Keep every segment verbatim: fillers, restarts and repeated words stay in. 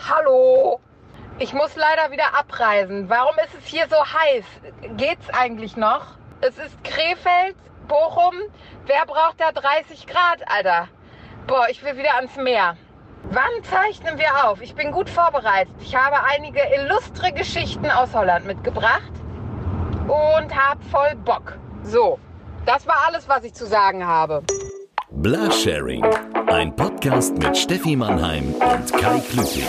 Hallo. Ich muss leider wieder abreisen. Warum ist es hier so heiß? Geht's eigentlich noch? Es ist Krefeld, Bochum. Wer braucht da dreißig Grad, Alter? Boah, ich will wieder ans Meer. Wann zeichnen wir auf? Ich bin gut vorbereitet. Ich habe einige illustre Geschichten aus Holland mitgebracht und habe voll Bock. So, das war alles, was ich zu sagen habe. Blasharing, ein Podcast mit Steffi Mannheim und Kai Klüting.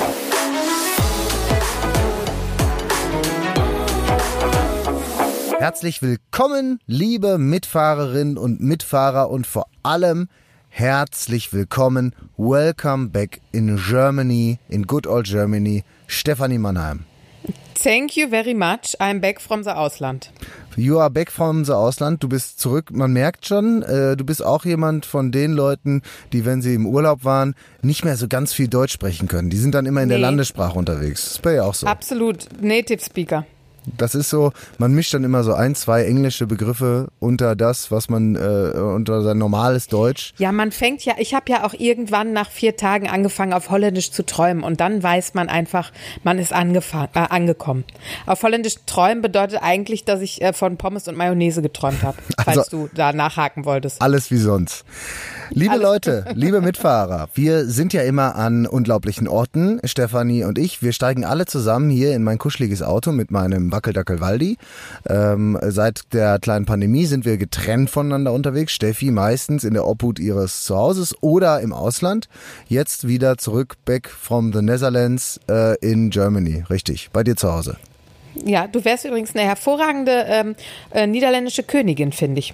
Herzlich willkommen, liebe Mitfahrerinnen und Mitfahrer und vor allem herzlich willkommen, welcome back in Germany, in good old Germany, Stefanie Mannheim. Thank you very much, I'm back from the Ausland. You are back from the Ausland, du bist zurück, man merkt schon, äh, du bist auch jemand von den Leuten, die, wenn sie im Urlaub waren, nicht mehr so ganz viel Deutsch sprechen können. Die sind dann immer in nee. der Landessprache unterwegs. Das ist bei dir auch so. Absolut, Native Speaker. Das ist so, man mischt dann immer so ein, zwei englische Begriffe unter das, was man, äh, unter sein normales Deutsch. Ja, man fängt ja, ich habe ja auch irgendwann nach vier Tagen angefangen, auf Holländisch zu träumen und dann weiß man einfach, man ist angefangen, äh, angekommen. Auf Holländisch träumen bedeutet eigentlich, dass ich äh, von Pommes und Mayonnaise geträumt habe, falls also, du da nachhaken wolltest. Alles wie sonst. Liebe alles. Leute, liebe Mitfahrer, wir sind ja immer an unglaublichen Orten, Stefanie und ich, wir steigen alle zusammen hier in mein kuscheliges Auto mit meinem Wackeldackel Waldi. Ähm, seit der kleinen Pandemie sind wir getrennt voneinander unterwegs. Steffi meistens in der Obhut ihres Zuhauses oder im Ausland. Jetzt wieder zurück, back from the Netherlands äh, in Germany. Richtig, bei dir zu Hause. Ja, du wärst übrigens eine hervorragende ähm, äh, niederländische Königin, finde ich.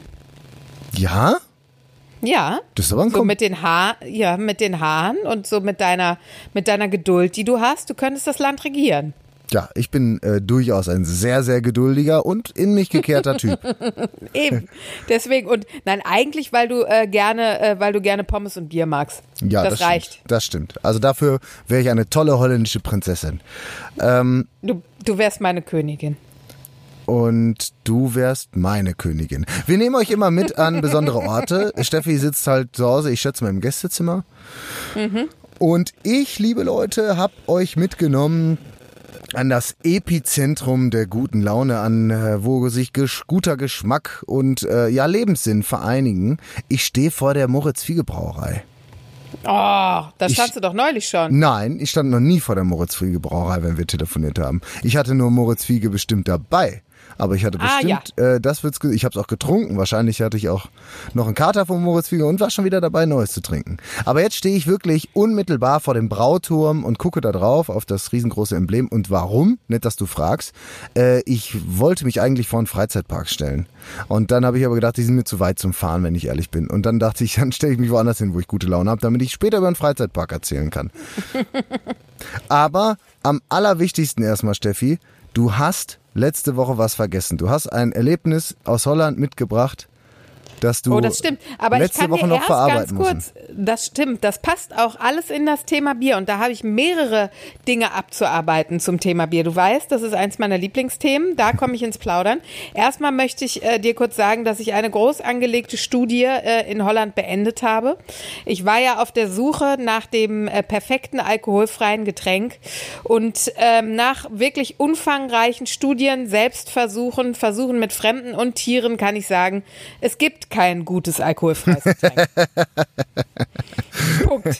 Ja? Ja, das ist aber ein so mit den Haar, ja, mit den Haaren und so mit deiner, mit deiner Geduld, die du hast. Du könntest das Land regieren. Ja, ich bin äh, durchaus ein sehr, sehr geduldiger und in mich gekehrter Typ. Eben, deswegen und nein, eigentlich, weil du äh, gerne, äh, weil du gerne Pommes und Bier magst. Ja, das, das reicht. Stimmt, das stimmt. Also dafür wäre ich eine tolle holländische Prinzessin. Ähm, du, du wärst meine Königin. Und du wärst meine Königin. Wir nehmen euch immer mit an besondere Orte. Steffi sitzt halt zu Hause, ich schätze mal im Gästezimmer. Mhm. Und ich, liebe Leute, hab euch mitgenommen an das Epizentrum der guten Laune, an äh, wo sich gesch- guter Geschmack und äh, ja Lebenssinn vereinigen. Ich stehe vor der Moritz-Fiege-Brauerei. Oh, da standst ich, du doch neulich schon. Nein, ich stand noch nie vor der Moritz-Fiege-Brauerei, wenn wir telefoniert haben. Ich hatte nur Moritz-Fiege bestimmt dabei. Aber ich hatte bestimmt, ah, ja. äh, das wird's, ich habe es auch getrunken. Wahrscheinlich hatte ich auch noch einen Kater vom Moritz-Fiege und war schon wieder dabei, Neues zu trinken. Aber jetzt stehe ich wirklich unmittelbar vor dem Brauturm und gucke da drauf auf das riesengroße Emblem. Und warum? Nicht, dass du fragst. Äh, ich wollte mich eigentlich vor einen Freizeitpark stellen. Und dann habe ich aber gedacht, die sind mir zu weit zum Fahren, wenn ich ehrlich bin. Und dann dachte ich, dann stelle ich mich woanders hin, wo ich gute Laune habe, damit ich später über einen Freizeitpark erzählen kann. Aber am allerwichtigsten erstmal, Steffi, du hast letzte Woche was vergessen. Du hast ein Erlebnis aus Holland mitgebracht, das du oh, das stimmt. Aber letzte ich kann Woche dir noch erst verarbeiten ganz kurz, müssen. Das stimmt, das passt auch alles in das Thema Bier und da habe ich mehrere Dinge abzuarbeiten zum Thema Bier. Du weißt, das ist eins meiner Lieblingsthemen, da komme ich ins Plaudern. Erstmal möchte ich äh, dir kurz sagen, dass ich eine groß angelegte Studie äh, in Holland beendet habe. Ich war ja auf der Suche nach dem äh, perfekten alkoholfreien Getränk und ähm, nach wirklich umfangreichen Studien, Selbstversuchen, Versuchen mit Fremden und Tieren kann ich sagen, es gibt kein gutes alkoholfreies Getränk. Punkt.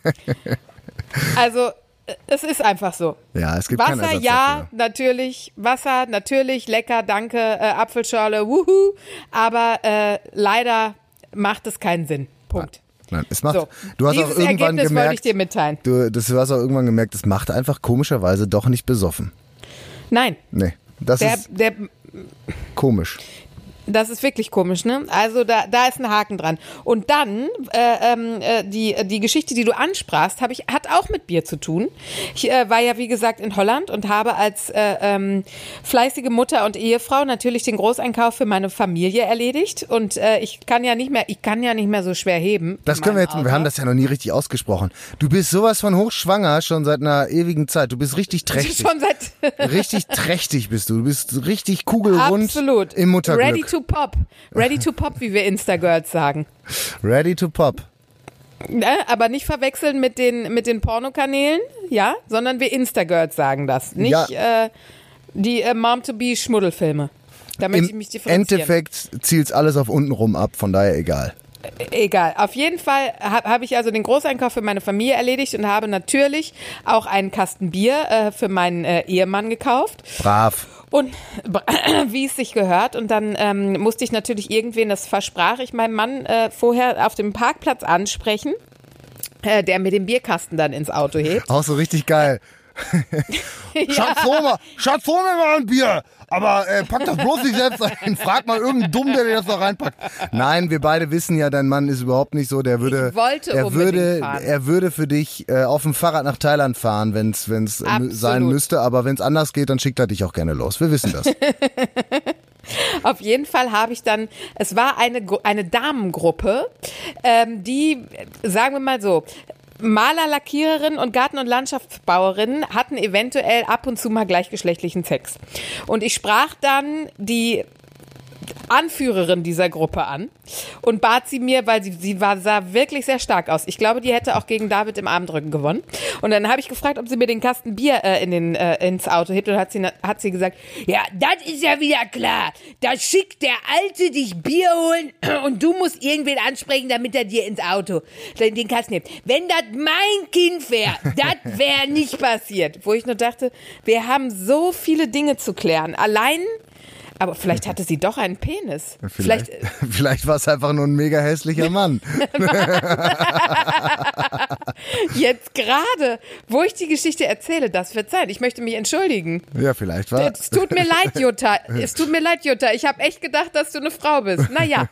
Also es ist einfach so. Ja, es gibt Wasser, keinen Ersatz ja, dafür. natürlich. Wasser, natürlich, lecker, danke, äh, Apfelschorle, wuhu. Aber äh, leider macht es keinen Sinn. Punkt. Nein, es macht. So, du hast auch irgendwann Ergebnis gemerkt. wollte ich dir mitteilen. Du, das, du hast auch irgendwann gemerkt, es macht einfach komischerweise doch nicht besoffen. Nein. Nee, das der, ist der, komisch. Das ist wirklich komisch, ne? Also da, da ist ein Haken dran. Und dann, äh, äh, die, die Geschichte, die du ansprachst, hab ich, hat auch mit Bier zu tun. Ich äh, war ja, wie gesagt, in Holland und habe als äh, ähm, fleißige Mutter und Ehefrau natürlich den Großeinkauf für meine Familie erledigt. Und äh, ich kann ja nicht mehr, ich kann ja nicht mehr so schwer heben. Das können wir jetzt, Auto. Wir haben das ja noch nie richtig ausgesprochen. Du bist sowas von hochschwanger schon seit einer ewigen Zeit. Du bist richtig trächtig. Schon seit richtig trächtig bist du. Du bist richtig kugelrund. Absolut. Im Mutterglück. Ready to pop. Ready to pop, wie wir Insta-Girls sagen. Ready to pop. Ne, aber nicht verwechseln mit den, mit den Pornokanälen, ja, sondern wir Instagirls sagen das. Nicht ja. äh, die äh, Mom-to-be-Schmuddelfilme. Da möchte ich mich differenzieren. Im Endeffekt zielt es alles auf unten rum ab, von daher egal. Egal. Auf jeden Fall habe hab ich also den Großeinkauf für meine Familie erledigt und habe natürlich auch einen Kasten Bier äh, für meinen äh, Ehemann gekauft. Brav. Und wie es sich gehört. Und dann ähm, musste ich natürlich irgendwen, das versprach ich meinem Mann äh, vorher auf dem Parkplatz ansprechen, äh, der mir den Bierkasten dann ins Auto hebt. Auch so richtig geil. Ja. Schatz, hol mal, Schatz, hol mir mal ein Bier. Aber äh, pack das bloß nicht selbst rein. Frag mal irgendeinen Dumm, der dir das noch reinpackt. Nein, wir beide wissen ja, dein Mann ist überhaupt nicht so. Der würde, ich wollte er würde, fahren. er würde für dich äh, auf dem Fahrrad nach Thailand fahren, wenn es wenn es sein müsste. Aber wenn es anders geht, dann schickt er dich auch gerne los. Wir wissen das. Auf jeden Fall habe ich dann, es war eine, eine Damengruppe, ähm, die, sagen wir mal so, Maler, Lackiererin und Garten- und Landschaftsbauerinnen hatten eventuell ab und zu mal gleichgeschlechtlichen Sex. Und ich sprach dann die Anführerin dieser Gruppe an und bat sie mir, weil sie, sie war, sah wirklich sehr stark aus. Ich glaube, die hätte auch gegen David im Armdrücken gewonnen. Und dann habe ich gefragt, ob sie mir den Kasten Bier äh, in den, äh, ins Auto hebt. Und hat sie, hat sie gesagt, ja, das ist ja wieder klar. Da schickt der Alte dich Bier holen und du musst irgendwen ansprechen, damit er dir ins Auto den, den Kasten hebt. Wenn das mein Kind wäre, das wäre nicht passiert. Wo ich nur dachte, wir haben so viele Dinge zu klären. Allein Aber vielleicht hatte sie doch einen Penis. Vielleicht, vielleicht, vielleicht war es einfach nur ein mega hässlicher Mann. Jetzt gerade, wo ich die Geschichte erzähle, das wird sein. Ich möchte mich entschuldigen. Ja, vielleicht war... Es tut mir leid, Jutta. Es tut mir leid, Jutta. Ich habe echt gedacht, dass du eine Frau bist. Naja.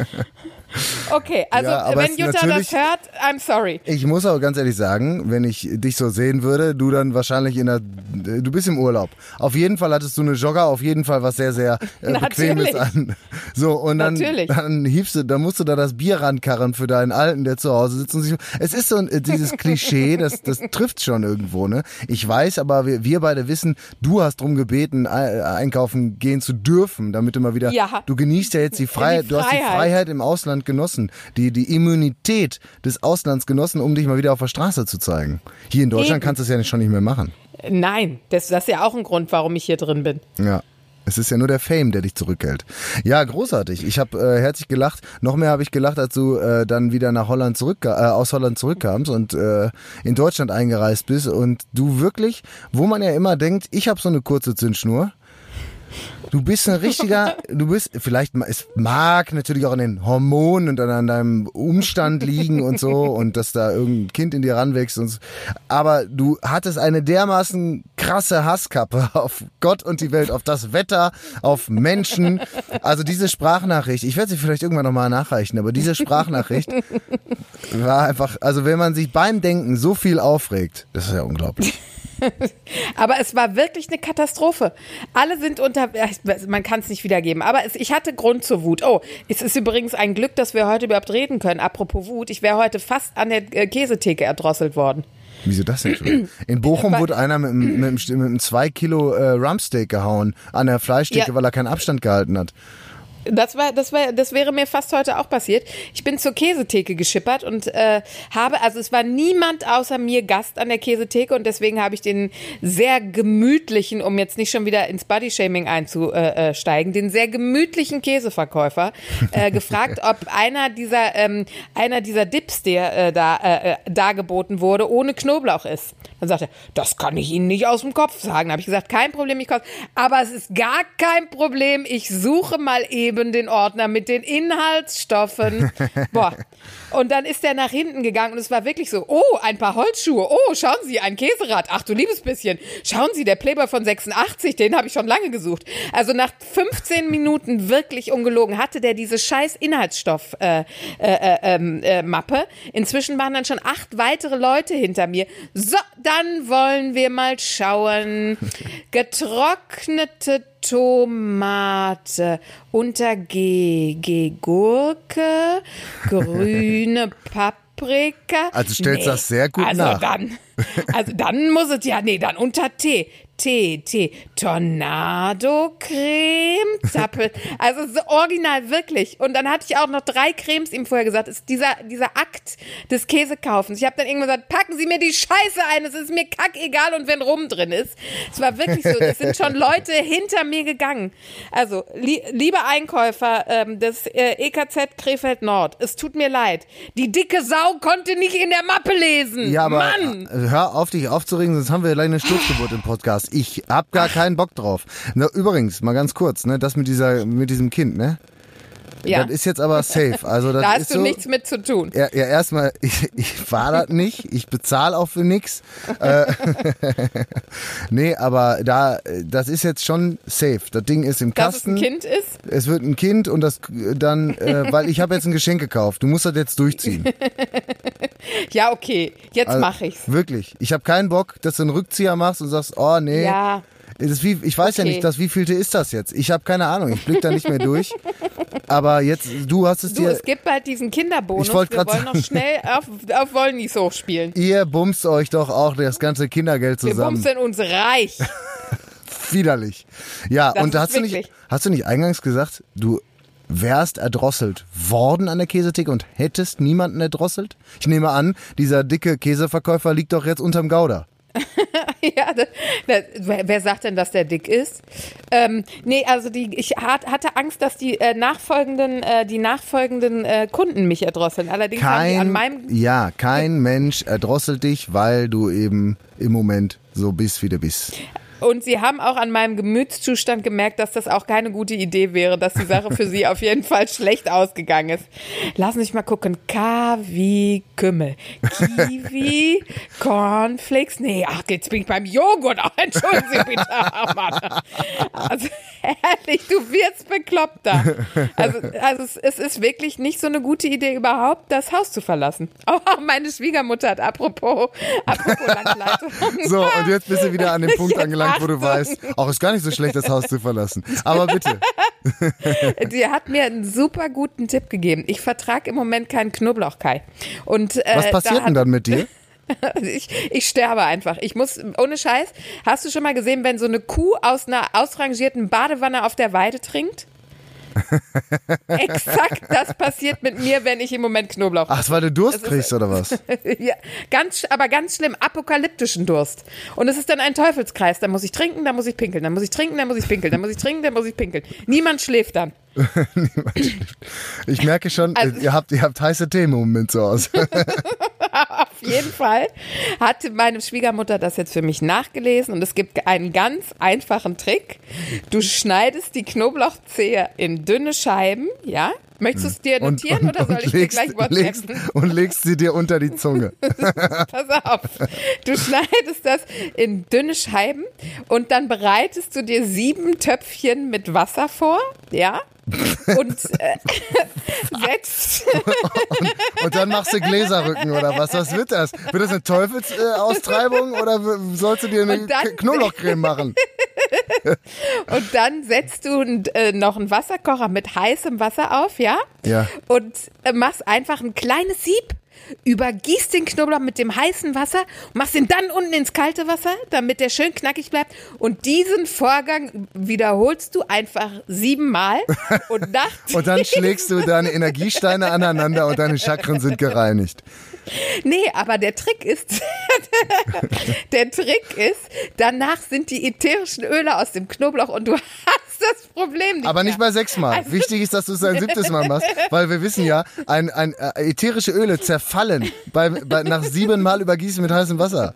Okay, also ja, wenn Jutta das hört, I'm sorry. Ich muss aber ganz ehrlich sagen, wenn ich dich so sehen würde, du dann wahrscheinlich in der... Du bist im Urlaub. Auf jeden Fall hattest du eine Jogger, auf jeden Fall was sehr, sehr äh, Bequemes an. So, und dann, dann hiefst du, dann musst du da das Bier rankarren für deinen Alten, der zu Hause sitzt und sich... Es ist so ein, dieses Klischee, das, das trifft schon irgendwo, ne? Ich weiß, aber wir, wir beide wissen, du hast drum gebeten, einkaufen gehen zu dürfen, damit du mal wieder... Ja. Du genießt ja jetzt die Freiheit, die Freiheit. Du hast die Freiheit im Ausland genossen, die, die Immunität des Auslands genossen, um dich mal wieder auf der Straße zu zeigen. Hier in Deutschland Eben. kannst du es ja schon nicht mehr machen. Nein, das, das ist ja auch ein Grund, warum ich hier drin bin. Ja. Es ist ja nur der Fame, der dich zurückhält. Ja, großartig. Ich habe äh, herzlich gelacht. Noch mehr habe ich gelacht, als du äh, dann wieder nach Holland zurück, äh, aus Holland zurückkamst und äh, in Deutschland eingereist bist. Und du wirklich, wo man ja immer denkt, ich habe so eine kurze Zündschnur. Du bist ein richtiger, du bist, vielleicht, es mag natürlich auch an den Hormonen und an deinem Umstand liegen und so und dass da irgendein Kind in dir ranwächst und so. Aber du hattest eine dermaßen krasse Hasskappe auf Gott und die Welt, auf das Wetter, auf Menschen. Also diese Sprachnachricht, ich werde sie vielleicht irgendwann nochmal nachreichen, aber diese Sprachnachricht war einfach, also wenn man sich beim Denken so viel aufregt, das ist ja unglaublich. Aber es war wirklich eine Katastrophe. Alle sind unter, man kann es nicht wiedergeben, aber es, ich hatte Grund zur Wut. Oh, es ist übrigens ein Glück, dass wir heute überhaupt reden können. Apropos Wut, ich wäre heute fast an der Käsetheke erdrosselt worden. Wieso das denn schon? In Bochum wurde einer mit, mit, mit, mit einem zwei Kilo äh, Rumpsteak gehauen an der Fleischtheke, ja. weil er keinen Abstand gehalten hat. Das war, das war, das wäre mir fast heute auch passiert. Ich bin zur Käsetheke geschippert und äh, habe, also es war niemand außer mir Gast an der Käsetheke und deswegen habe ich den sehr gemütlichen, um jetzt nicht schon wieder ins Bodyshaming einzusteigen, den sehr gemütlichen Käseverkäufer äh, gefragt, ob einer dieser, ähm, einer dieser Dips, der äh, da äh, dargeboten wurde, ohne Knoblauch ist. Dann sagte er, das kann ich Ihnen nicht aus dem Kopf sagen. Da habe ich gesagt, kein Problem, ich kaufe. Aber es ist gar kein Problem, ich suche mal eben den Ordner mit den Inhaltsstoffen. Boah. Und dann ist der nach hinten gegangen und es war wirklich so, oh, ein paar Holzschuhe, oh, schauen Sie, ein Käserad, ach du liebes bisschen, schauen Sie, der Playboy von sechsundachtzig, den habe ich schon lange gesucht. Also nach fünfzehn Minuten, wirklich ungelogen, hatte der diese scheiß Inhaltsstoff-Mappe. Äh, äh, äh, Mappe. Inzwischen waren dann schon acht weitere Leute hinter mir. So, dann wollen wir mal schauen. Getrocknete Tomate, unter G, G Gurke, grüne Paprika. Also stellst du nee, das sehr gut also nach. Dann, also dann muss es ja, nee, dann unter T. T, T, Tornado-Creme, Zappel, also so original, wirklich. Und dann hatte ich auch noch drei Cremes ihm vorher gesagt, ist dieser, dieser Akt des Käsekaufens. Ich habe dann irgendwann gesagt, packen Sie mir die Scheiße ein, es ist mir kackegal und wenn Rum drin ist. Es war wirklich so, es sind schon Leute hinter mir gegangen. Also, li- liebe Einkäufer ähm, des äh, E K Z Krefeld Nord, es tut mir leid, die dicke Sau konnte nicht in der Mappe lesen. Ja, aber Mann! Hör auf, dich aufzuregen, sonst haben wir gleich eine Sturzgeburt im Podcast. Ich hab gar keinen Bock drauf. Na, übrigens, mal ganz kurz, ne, das mit dieser, mit diesem Kind, ne? Ja. Das ist jetzt aber safe. Also das Da hast ist du so, nichts mit zu tun. Ja, ja erstmal, ich, ich war das nicht. Ich bezahle auch für nix. äh, nee, aber da, das ist jetzt schon safe. Das Ding ist im Dass Kasten. es ein Kind ist? Es wird ein Kind und das dann, äh, weil ich habe jetzt ein Geschenk gekauft. Du musst das jetzt durchziehen. Ja, okay, jetzt Also, mache ich's. Wirklich. Ich habe keinen Bock, dass du einen Rückzieher machst und sagst, oh nee. Ja. Das ist wie, ich weiß Okay. ja nicht, das wievielte ist das jetzt? Ich habe keine Ahnung, ich blick da nicht mehr durch. Aber jetzt, du hast es Du, dir... es gibt bald diesen Kinderbonus. Ich wollt Wir grad wollen noch sagen. schnell auf, auf Wollnies hochspielen. Ihr bumst euch doch auch das ganze Kindergeld Wir zusammen. bumsen uns reich. Widerlich. Ja, Das und ist hast du, nicht, wirklich- hast du nicht eingangs gesagt, du wärst erdrosselt worden an der Käsetheke und hättest niemanden erdrosselt? Ich nehme an, dieser dicke Käseverkäufer liegt doch jetzt unterm Gouda. Ja, das, das, wer, wer sagt denn, dass der dick ist? Ähm, nee, also die, ich hat, hatte Angst, dass die äh, nachfolgenden, äh, die nachfolgenden äh, Kunden mich erdrosseln. Allerdings haben die an Kein, meinem ja, kein Mensch erdrosselt dich, weil du eben im Moment so bist, wie du bist. Und sie haben auch an meinem Gemütszustand gemerkt, dass das auch keine gute Idee wäre, dass die Sache für sie auf jeden Fall schlecht ausgegangen ist. Lass mich mal gucken. K wie Kümmel. Kiwi, Cornflakes. Nee, ach, jetzt bin ich beim Joghurt. Oh, entschuldigen Sie bitte. Ach, Mann. Also, ehrlich, du wirst bekloppt da. Also, also es, es ist wirklich nicht so eine gute Idee, überhaupt das Haus zu verlassen. Oh, meine Schwiegermutter hat apropos, apropos Landleitung. So, und jetzt bist du wieder an dem Punkt Jetzt angelangt, wo du Achtung. weißt, auch ist gar nicht so schlecht, das Haus zu verlassen. Aber bitte. Die hat mir einen super guten Tipp gegeben. Ich vertrage im Moment keinen Knoblauch, Kai. Und, äh, Was passiert da denn dann mit dir? ich, ich sterbe einfach. Ich muss, ohne Scheiß, hast du schon mal gesehen, wenn so eine Kuh aus einer ausrangierten Badewanne auf der Weide trinkt? Exakt das passiert mit mir, wenn ich im Moment Knoblauch Ach, weil du Durst Das ist- kriegst, oder was? Ja, ganz, aber ganz schlimm, apokalyptischen Durst. Und es ist dann ein Teufelskreis. Da muss ich trinken, da muss ich pinkeln, da muss ich trinken, da muss ich pinkeln, da muss ich trinken, da muss ich pinkeln. Niemand schläft dann. Ich merke schon, Also- ihr habt, ihr habt heiße Themen im Moment zu Hause. Auf jeden Fall hat meine Schwiegermutter das jetzt für mich nachgelesen und es gibt einen ganz einfachen Trick. Du schneidest die Knoblauchzehe in dünne Scheiben, ja? Möchtest du es dir Und, notieren und, oder soll und, ich legst, dir gleich legst, WhatsAppen? und legst sie dir unter die Zunge. Pass auf. Du schneidest das in dünne Scheiben und dann bereitest du dir sieben Töpfchen mit Wasser vor, ja? Und äh, setzt Und dann machst du Gläserrücken oder was? Was wird das? Wird das eine Teufelsaustreibung äh, oder w- sollst du dir eine Und dann- K- Knoblauchcreme machen? und dann setzt du äh, noch einen Wasserkocher mit heißem Wasser auf, ja? Ja. Und äh, machst einfach ein kleines Sieb, übergießt den Knoblauch mit dem heißen Wasser, machst ihn dann unten ins kalte Wasser, damit der schön knackig bleibt. Und diesen Vorgang wiederholst du einfach siebenmal. Und nach Und dann schlägst du deine Energiesteine aneinander und deine Chakren sind gereinigt. Nee, aber der Trick ist, der Trick ist, danach sind die ätherischen Öle aus dem Knoblauch und du hast das Problem nicht Aber mehr. nicht bei sechsmal. Also- Wichtig ist, dass du es ein siebtes Mal machst, weil wir wissen ja, ein, ein, äh, ätherische Öle zerfallen bei, bei, nach sieben Mal übergießen mit heißem Wasser.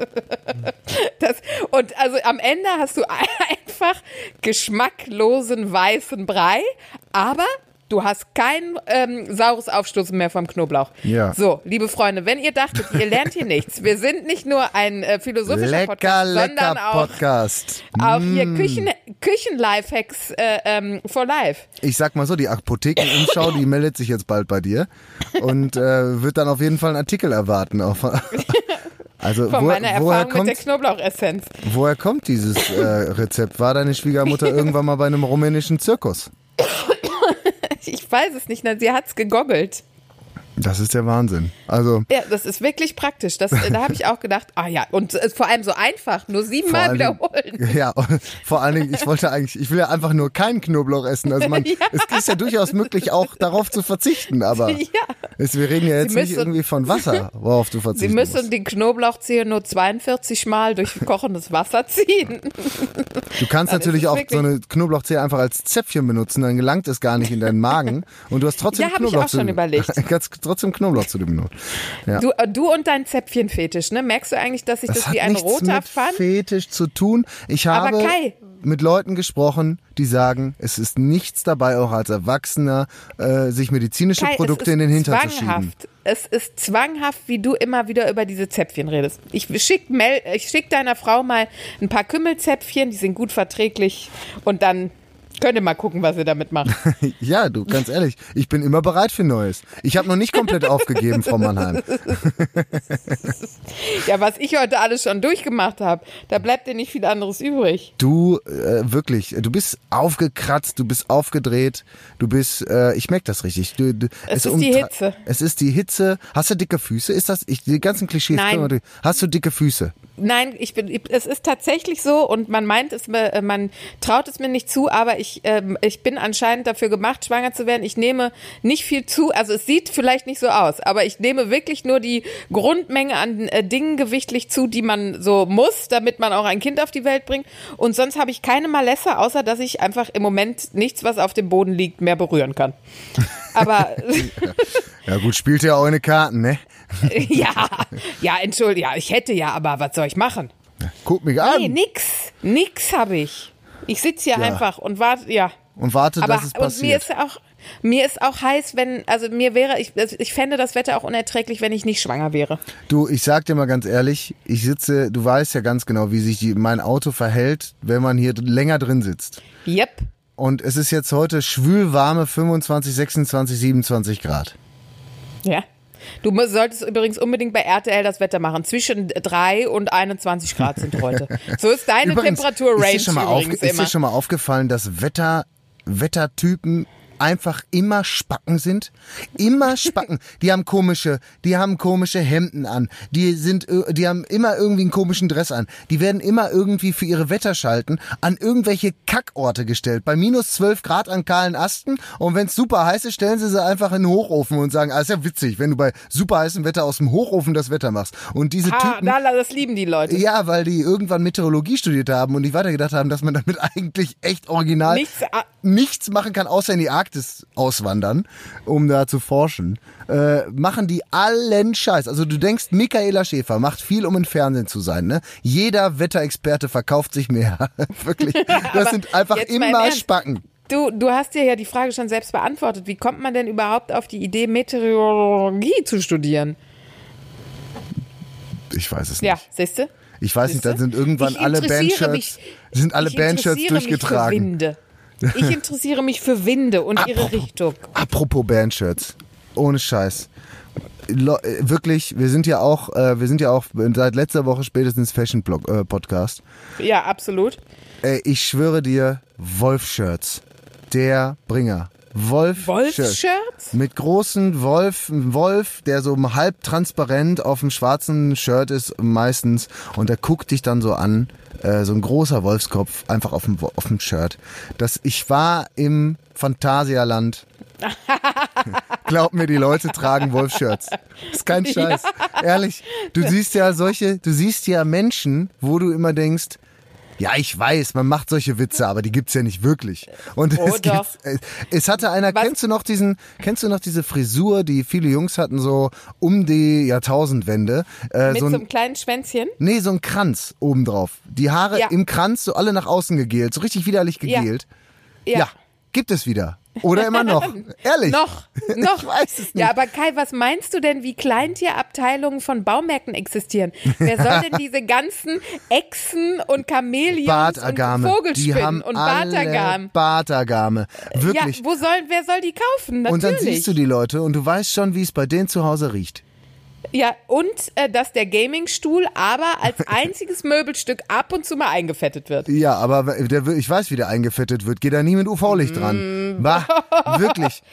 Das, und also am Ende hast du einfach geschmacklosen weißen Brei, aber du hast kein ähm, saures Aufstoßen mehr vom Knoblauch. Ja. So, liebe Freunde, wenn ihr dachtet, ihr lernt hier nichts, wir sind nicht nur ein äh, philosophischer Lecker, Podcast, lecker sondern auch, Podcast. auch hier Küchen, Küchen-Lifehacks äh, ähm, for life. Ich sag mal so, die Apothekenumschau, die meldet sich jetzt bald bei dir und äh, wird dann auf jeden Fall einen Artikel erwarten. Auf, also Von wo, meiner woher, Erfahrung mit der kommt, Knoblauchessenz. woher kommt dieses äh, Rezept? War deine Schwiegermutter irgendwann mal bei einem rumänischen Zirkus? Ich weiß es nicht, nein, sie hat's gegoggelt. Das ist der Wahnsinn. Also ja, das ist wirklich praktisch. Das, da habe ich auch gedacht, ah ja, und äh, vor allem so einfach, nur siebenmal wiederholen. Dingen, ja, vor allen Dingen, ich wollte eigentlich, ich will ja einfach nur keinen Knoblauch essen. Also man, ja. Es ist ja durchaus möglich, auch darauf zu verzichten, aber ja. es, wir reden ja jetzt müssen, nicht irgendwie von Wasser, worauf du verzichten Sie müssen musst. den Knoblauchzehe nur zweiundvierzig Mal durch kochendes Wasser ziehen. Du kannst das natürlich auch so eine Knoblauchzehe einfach als Zäpfchen benutzen, dann gelangt es gar nicht in deinen Magen und du hast trotzdem ja, Knoblauch. Ja, habe ich auch schon überlegt. Trotzdem Knoblauch zu dem Not. Ja. Du, du und dein Zäpfchenfetisch, ne? Merkst du eigentlich, dass ich das, das wie ein roter mit fand? Fetisch zu tun. Ich habe Aber Kai, mit Leuten gesprochen, die sagen, es ist nichts dabei, auch als Erwachsener, äh, sich medizinische Kai, Produkte in den Hintern zwanghaft. zu schieben. Es ist zwanghaft, wie du immer wieder über diese Zäpfchen redest. Ich schick, Mel, ich schick deiner Frau mal ein paar Kümmelzäpfchen, die sind gut verträglich und dann könnt ihr mal gucken, was ihr damit macht. Ja, du, ganz ehrlich, ich bin immer bereit für Neues. Ich habe noch nicht komplett aufgegeben, Frau Mannheim. Ja, was ich heute alles schon durchgemacht habe, da bleibt dir nicht viel anderes übrig. Du, äh, wirklich, du bist aufgekratzt, du bist aufgedreht, du bist, äh, ich merke das richtig. Du, du, es, es ist die Hitze. Es ist die Hitze. Hast du dicke Füße? Ist das, ich, die ganzen Klischees. Nein. Hast du dicke Füße? Nein, ich bin, es ist tatsächlich so und man meint es, man traut es mir nicht zu, aber ich, ähm, ich bin anscheinend dafür gemacht, schwanger zu werden. Ich nehme nicht viel zu, also es sieht vielleicht nicht so aus, aber ich nehme wirklich nur die Grundmenge an äh, Dingen gewichtlich zu, die man so muss, damit man auch ein Kind auf die Welt bringt. Und sonst habe ich keine Malesse, außer dass ich einfach im Moment nichts, was auf dem Boden liegt, mehr berühren kann. Aber ja gut, spielt ja auch eine Karten, ne? ja, ja, entschuldige, ja, ich hätte ja, aber was soll ich machen? Guck mich an. Nee, nix, nix habe ich. Ich sitze hier ja. einfach und warte, ja. Und warte, aber, dass es passiert. Und mir ist auch, mir ist auch heiß, wenn, also mir wäre, ich, ich fände das Wetter auch unerträglich, wenn ich nicht schwanger wäre. Du, ich sag dir mal ganz ehrlich, ich sitze, du weißt ja ganz genau, wie sich die, mein Auto verhält, wenn man hier länger drin sitzt. Yep. Und es ist jetzt heute schwülwarme fünfundzwanzig, sechsundzwanzig, siebenundzwanzig Grad. Ja. Du solltest übrigens unbedingt bei R T L das Wetter machen. Zwischen drei und einundzwanzig Grad sind heute. So ist deine Temperatur-Range ist dir schon mal übrigens aufge- Ist dir schon mal aufgefallen, dass Wetter, Wettertypen einfach immer Spacken sind? Immer Spacken. Die haben komische, die haben komische Hemden an. Die sind, die haben immer irgendwie einen komischen Dress an. Die werden immer irgendwie für ihre Wetterschalten an irgendwelche Kackorte gestellt. Bei minus zwölf Grad an kahlen Asten. Und wenn es super heiß ist, stellen sie sie einfach in den Hochofen und sagen, ah, ist ja witzig, wenn du bei super heißem Wetter aus dem Hochofen das Wetter machst. Und diese ha, Typen. Das lieben die Leute. Ja, weil die irgendwann Meteorologie studiert haben und nicht weitergedacht haben, dass man damit eigentlich echt original nichts, nichts machen kann, außer in die Arktis auswandern, um da zu forschen, äh, machen die allen Scheiß. Also du denkst, Michaela Schäfer macht viel, um im Fernsehen zu sein, ne? Jeder Wetterexperte verkauft sich mehr. Wirklich. Das sind einfach immer Spacken. Du, du hast dir ja die Frage schon selbst beantwortet. Wie kommt man denn überhaupt auf die Idee, Meteorologie zu studieren? Ich weiß es nicht. Ja, siehst du? Ich weiß siehste? nicht, dann sind irgendwann alle Bandshirts, sind alle Bandshirts durchgetragen. Mich für Winde. Ich interessiere mich für Winde und apropos, ihre Richtung. Apropos Bandshirts. Ohne Scheiß. Lo- wirklich, wir sind ja auch, äh, wir sind ja auch seit letzter Woche spätestens Fashion-Podcast. Äh, ja, absolut. Äh, ich schwöre dir, Wolf-Shirts. Der Bringer. Wolf Wolf-Shirts? Mit großen Wolf, Wolf, der so halb transparent auf dem schwarzen Shirt ist meistens und der guckt dich dann so an. Äh, so ein großer Wolfskopf einfach auf dem, auf dem Shirt. Das, ich war im Phantasialand. Glaub mir, die Leute tragen Wolf-Shirts. Ist kein Scheiß. Ja. Ehrlich, du siehst ja solche, du siehst ja Menschen, wo du immer denkst, ja, ich weiß, man macht solche Witze, aber die gibt's ja nicht wirklich. Und oh, es, doch. Gibt, es hatte einer, Was? kennst du noch diesen, kennst du noch diese Frisur, die viele Jungs hatten, so um die Jahrtausendwende? Äh, Mit so, ein, ein, so einem kleinen Schwänzchen? Nee, so ein Kranz obendrauf. Die Haare ja. im Kranz, so alle nach außen gegelt, so richtig widerlich gegelt. Ja. ja. ja gibt es wieder. Oder immer noch. Ehrlich. Noch. Noch. Ich weiß es nicht. Ja, aber Kai, was meinst du denn, wie Kleintierabteilungen von Baumärkten existieren? Wer soll denn diese ganzen Echsen und Chamäleons Bartagame. und Vogelspinnen die haben und alle Bartagame? Bartagame. Wirklich. Ja, wo soll, wer soll die kaufen? Natürlich. Und dann siehst du die Leute und du weißt schon, wie es bei denen zu Hause riecht. Ja, und äh, dass der Gamingstuhl aber als einziges Möbelstück ab und zu mal eingefettet wird. Ja, aber der, ich weiß, wie der eingefettet wird. Geht da nie mit U V-Licht dran. Bah, wirklich.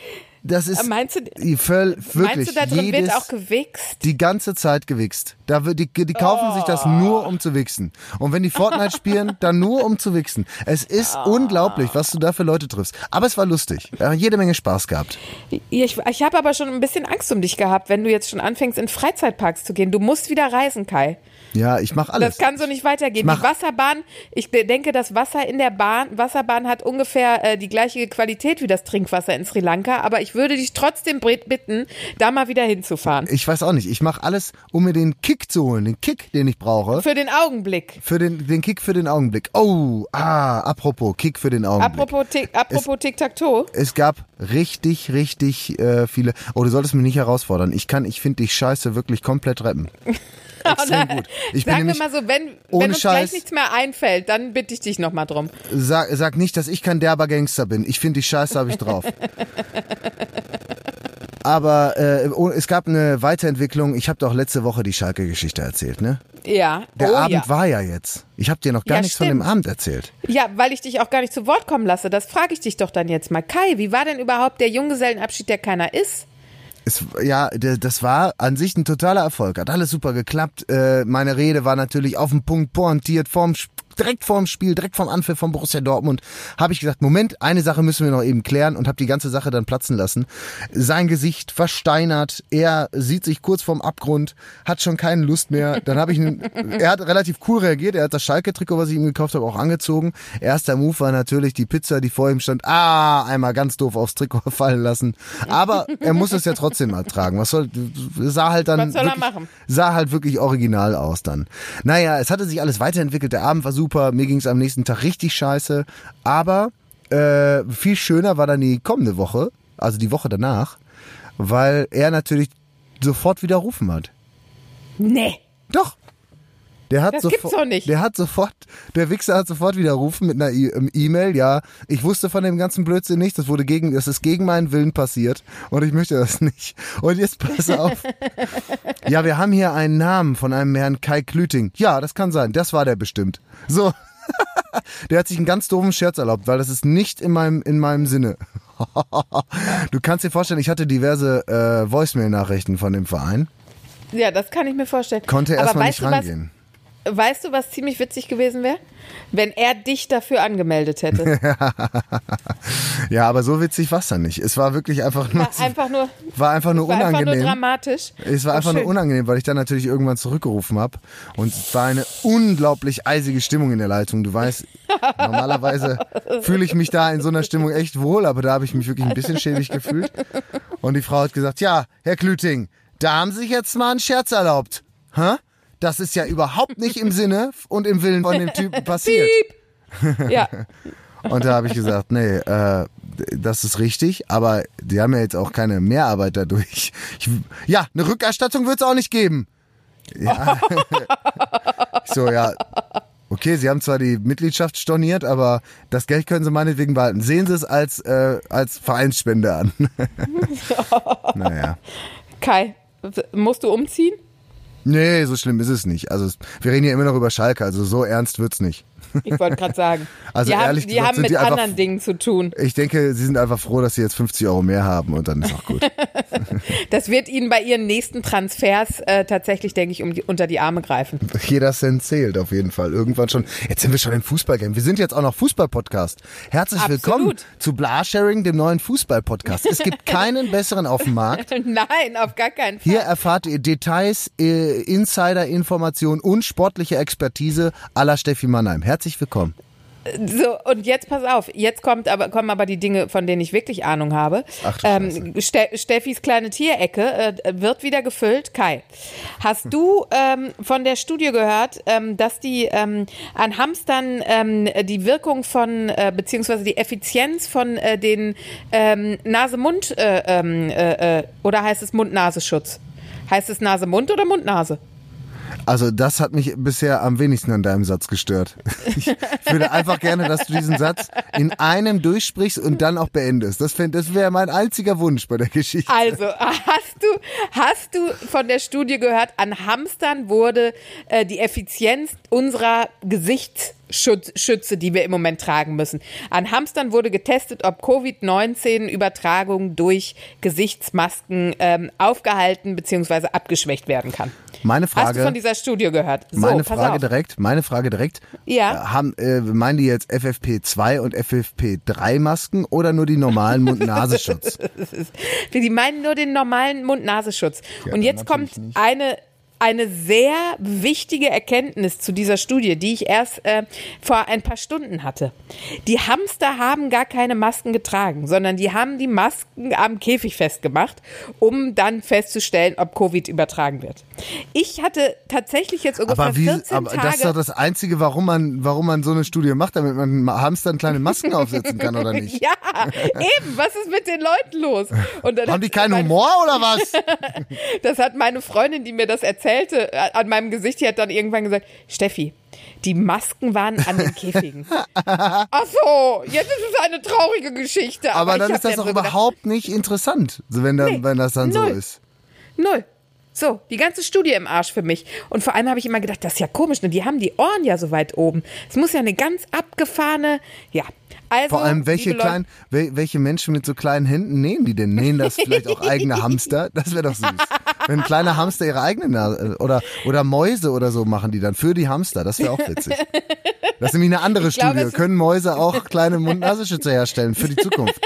das ist meinst du, voll, wirklich, meinst du, da drin jedes, wird auch gewichst? Die ganze Zeit gewichst. Da wird, die, die kaufen oh. sich das nur, um zu wichsen. Und wenn die Fortnite spielen, dann nur, um zu wichsen. Es ist oh. unglaublich, was du da für Leute triffst. Aber es war lustig. Ja, jede Menge Spaß gehabt. Ich, ich habe aber schon ein bisschen Angst um dich gehabt, wenn du jetzt schon anfängst, in Freizeitparks zu gehen. Du musst wieder reisen, Kai. Ja, ich mache alles. Das kann so nicht weitergehen. Die Wasserbahn, ich denke, das Wasser in der Bahn, Wasserbahn hat ungefähr äh, die gleiche Qualität wie das Trinkwasser in Sri Lanka, aber ich würde dich trotzdem bitten, da mal wieder hinzufahren. Ich weiß auch nicht. Ich mache alles, um mir den Kick zu holen, den Kick, den ich brauche. Für den Augenblick. Für den, den Kick für den Augenblick. Oh, ah, apropos Kick für den Augenblick. Apropos, Tic, apropos Tic-Tac-Toe. Es gab richtig, richtig äh, viele. Oh, du solltest mich nicht herausfordern. Ich kann, ich finde dich scheiße wirklich komplett rappen. Extrem gut. Ich Sagen bin wir mal so, wenn, wenn uns Scheiß, gleich nichts mehr einfällt, dann bitte ich dich nochmal drum. Sag, sag nicht, dass ich kein derber Gangster bin. Ich finde die Scheiße habe ich drauf. Aber äh, es gab eine Weiterentwicklung. Ich habe doch letzte Woche die Schalke-Geschichte erzählt, ne? Ja. Der oh, Abend ja. war ja jetzt. Ich habe dir noch gar ja, nichts stimmt. von dem Abend erzählt. Ja, weil ich dich auch gar nicht zu Wort kommen lasse. Das frage ich dich doch dann jetzt mal. Kai, wie war denn überhaupt der Junggesellenabschied, der keiner ist? Es, ja, das war an sich ein totaler Erfolg. Hat alles super geklappt. Äh, meine Rede war natürlich auf den Punkt pointiert, vorm, direkt vorm Spiel, direkt vorm Anpfiff von Borussia Dortmund. Habe ich gesagt, Moment, eine Sache müssen wir noch eben klären und habe die ganze Sache dann platzen lassen. Sein Gesicht versteinert, er sieht sich kurz vorm Abgrund, hat schon keine Lust mehr. Dann habe ich ihn, er hat relativ cool reagiert, er hat das Schalke-Trikot, was ich ihm gekauft habe, auch angezogen. Erster Move war natürlich die Pizza, die vor ihm stand, ah, einmal ganz doof aufs Trikot fallen lassen. Aber er muss es ja trotzdem mal tragen. Was soll, sah halt dann, was soll er wirklich, machen? Sah halt wirklich original aus dann. Naja, es hatte sich alles weiterentwickelt, der Abend war super, mir ging es am nächsten Tag richtig scheiße, aber äh, viel schöner war dann die kommende Woche, also die Woche danach, weil er natürlich sofort widerrufen hat. Nee. Doch. Der hat das sofort, gibt's doch nicht. Der hat sofort, der Wichser hat sofort widerrufen mit einer E-Mail, ja, ich wusste von dem ganzen Blödsinn nichts, das wurde gegen, das ist gegen meinen Willen passiert und ich möchte das nicht. Und jetzt pass auf. Ja, wir haben hier einen Namen von einem Herrn Kai Klüting. Ja, das kann sein, das war der bestimmt. So. Der hat sich einen ganz doofen Scherz erlaubt, weil das ist nicht in meinem, in meinem Sinne. Du kannst dir vorstellen, ich hatte diverse äh, Voicemail-Nachrichten von dem Verein. Ja, das kann ich mir vorstellen. Konnte erstmal nicht rangehen. Was, weißt du, was ziemlich witzig gewesen wäre? Wenn er dich dafür angemeldet hätte. Ja, aber so witzig war es dann nicht. Es war wirklich einfach nur, war einfach nur, war einfach nur war unangenehm. Einfach nur dramatisch. Es war oh, einfach schön. nur unangenehm, weil ich dann natürlich irgendwann zurückgerufen habe. Und es war eine unglaublich eisige Stimmung in der Leitung. Du weißt, normalerweise fühle ich mich da in so einer Stimmung echt wohl, aber da habe ich mich wirklich ein bisschen schäbig gefühlt. Und die Frau hat gesagt, ja, Herr Klüting, da haben Sie sich jetzt mal einen Scherz erlaubt. Hä? Das ist ja überhaupt nicht im Sinne und im Willen von dem Typen passiert. Ja. Und da habe ich gesagt, nee, äh, das ist richtig, aber die haben ja jetzt auch keine Mehrarbeit dadurch. Ich, ja, eine Rückerstattung wird es auch nicht geben. Ja. Ich so, ja, okay, Sie haben zwar die Mitgliedschaft storniert, aber das Geld können Sie meinetwegen behalten. Sehen Sie es als, äh, als Vereinsspende an. Naja. Kai, musst du umziehen? Nee, so schlimm ist es nicht. Also wir reden hier immer noch über Schalke, also so ernst wird's nicht. Ich wollte gerade sagen. Also die ehrlich haben, die gesagt, haben sind mit die einfach, anderen Dingen zu tun. Ich denke, sie sind einfach froh, dass sie jetzt fünfzig Euro mehr haben und dann ist auch gut. Das wird ihnen bei ihren nächsten Transfers äh, tatsächlich, denke ich, um die, unter die Arme greifen. Jeder Cent zählt auf jeden Fall. Irgendwann schon. Jetzt sind wir schon im Fußballgame. Wir sind jetzt auch noch Fußball-Podcast. Herzlich Absolut. willkommen zu Blasharing, dem neuen Fußball-Podcast. Es gibt keinen besseren auf dem Markt. Nein, auf gar keinen Fall. Hier erfahrt ihr Details, äh, Insider-Informationen und sportliche Expertise à la Steffi Mannheim. Herzlich willkommen. So, und jetzt pass auf, jetzt kommt aber, kommen aber die Dinge, von denen ich wirklich Ahnung habe. Ach, du ähm, Ste- Steffis kleine Tierecke äh, wird wieder gefüllt. Kai, hast du ähm, von der Studie gehört, ähm, dass die ähm, an Hamstern ähm, die Wirkung von, äh, beziehungsweise die Effizienz von äh, den ähm, Nase-Mund, äh, äh, äh, oder heißt es Mund-Nasenschutz? Heißt es Nase-Mund oder Mund-Nase? Also das hat mich bisher am wenigsten an deinem Satz gestört. Ich würde einfach gerne, dass du diesen Satz in einem durchsprichst und dann auch beendest. Das, das wäre mein einziger Wunsch bei der Geschichte. Also, hast du, hast du von der Studie gehört, an Hamstern wurde äh, die Effizienz unserer Gesichts Schütze, die wir im Moment tragen müssen. An Hamstern wurde getestet, ob Covid neunzehn Übertragung durch Gesichtsmasken ähm, aufgehalten bzw. abgeschwächt werden kann. Meine Frage, hast du von dieser Studie gehört? So, meine pass Frage auf. direkt, meine Frage direkt. Ja. Äh, haben, äh, meinen die jetzt F F P zwei und F F P drei Masken oder nur die normalen Mund-Nasenschutz? Die meinen nur den normalen Mund-Nasenschutz. Ja, und jetzt kommt nicht. eine Eine sehr wichtige Erkenntnis zu dieser Studie, die ich erst äh, vor ein paar Stunden hatte. Die Hamster haben gar keine Masken getragen, sondern die haben die Masken am Käfig festgemacht, um dann festzustellen, ob Covid übertragen wird. Ich hatte tatsächlich jetzt ungefähr aber wie, vierzehn aber Tage... das ist doch das Einzige, warum man, warum man so eine Studie macht, damit man Hamstern kleine Masken aufsetzen kann, oder nicht? Ja, eben. Was ist mit den Leuten los? Und dann haben die keinen meine, Humor oder was? Das hat meine Freundin, die mir das erzählte, an meinem Gesicht, die hat dann irgendwann gesagt, Steffi, die Masken waren an den Käfigen. Ach so, jetzt ist es eine traurige Geschichte. Aber, aber dann ist das doch so überhaupt gedacht, nicht interessant, wenn, dann, nee, wenn das dann null. so ist. Null. So, die ganze Studie im Arsch für mich. Und vor allem habe ich immer gedacht, das ist ja komisch, ne? Die haben die Ohren ja so weit oben. Es muss ja eine ganz abgefahrene, ja. Also, vor allem, welche, kleinen, wel, welche Menschen mit so kleinen Händen nähen die denn? Nähen das vielleicht auch eigene Hamster? Das wäre doch süß. Wenn kleine Hamster ihre eigenen Nase, oder, oder Mäuse oder so machen die dann für die Hamster. Das wäre auch witzig. Das ist nämlich eine andere ich Studie. Glaube, können Mäuse auch kleine Mund-Nasenschützer herstellen für die Zukunft?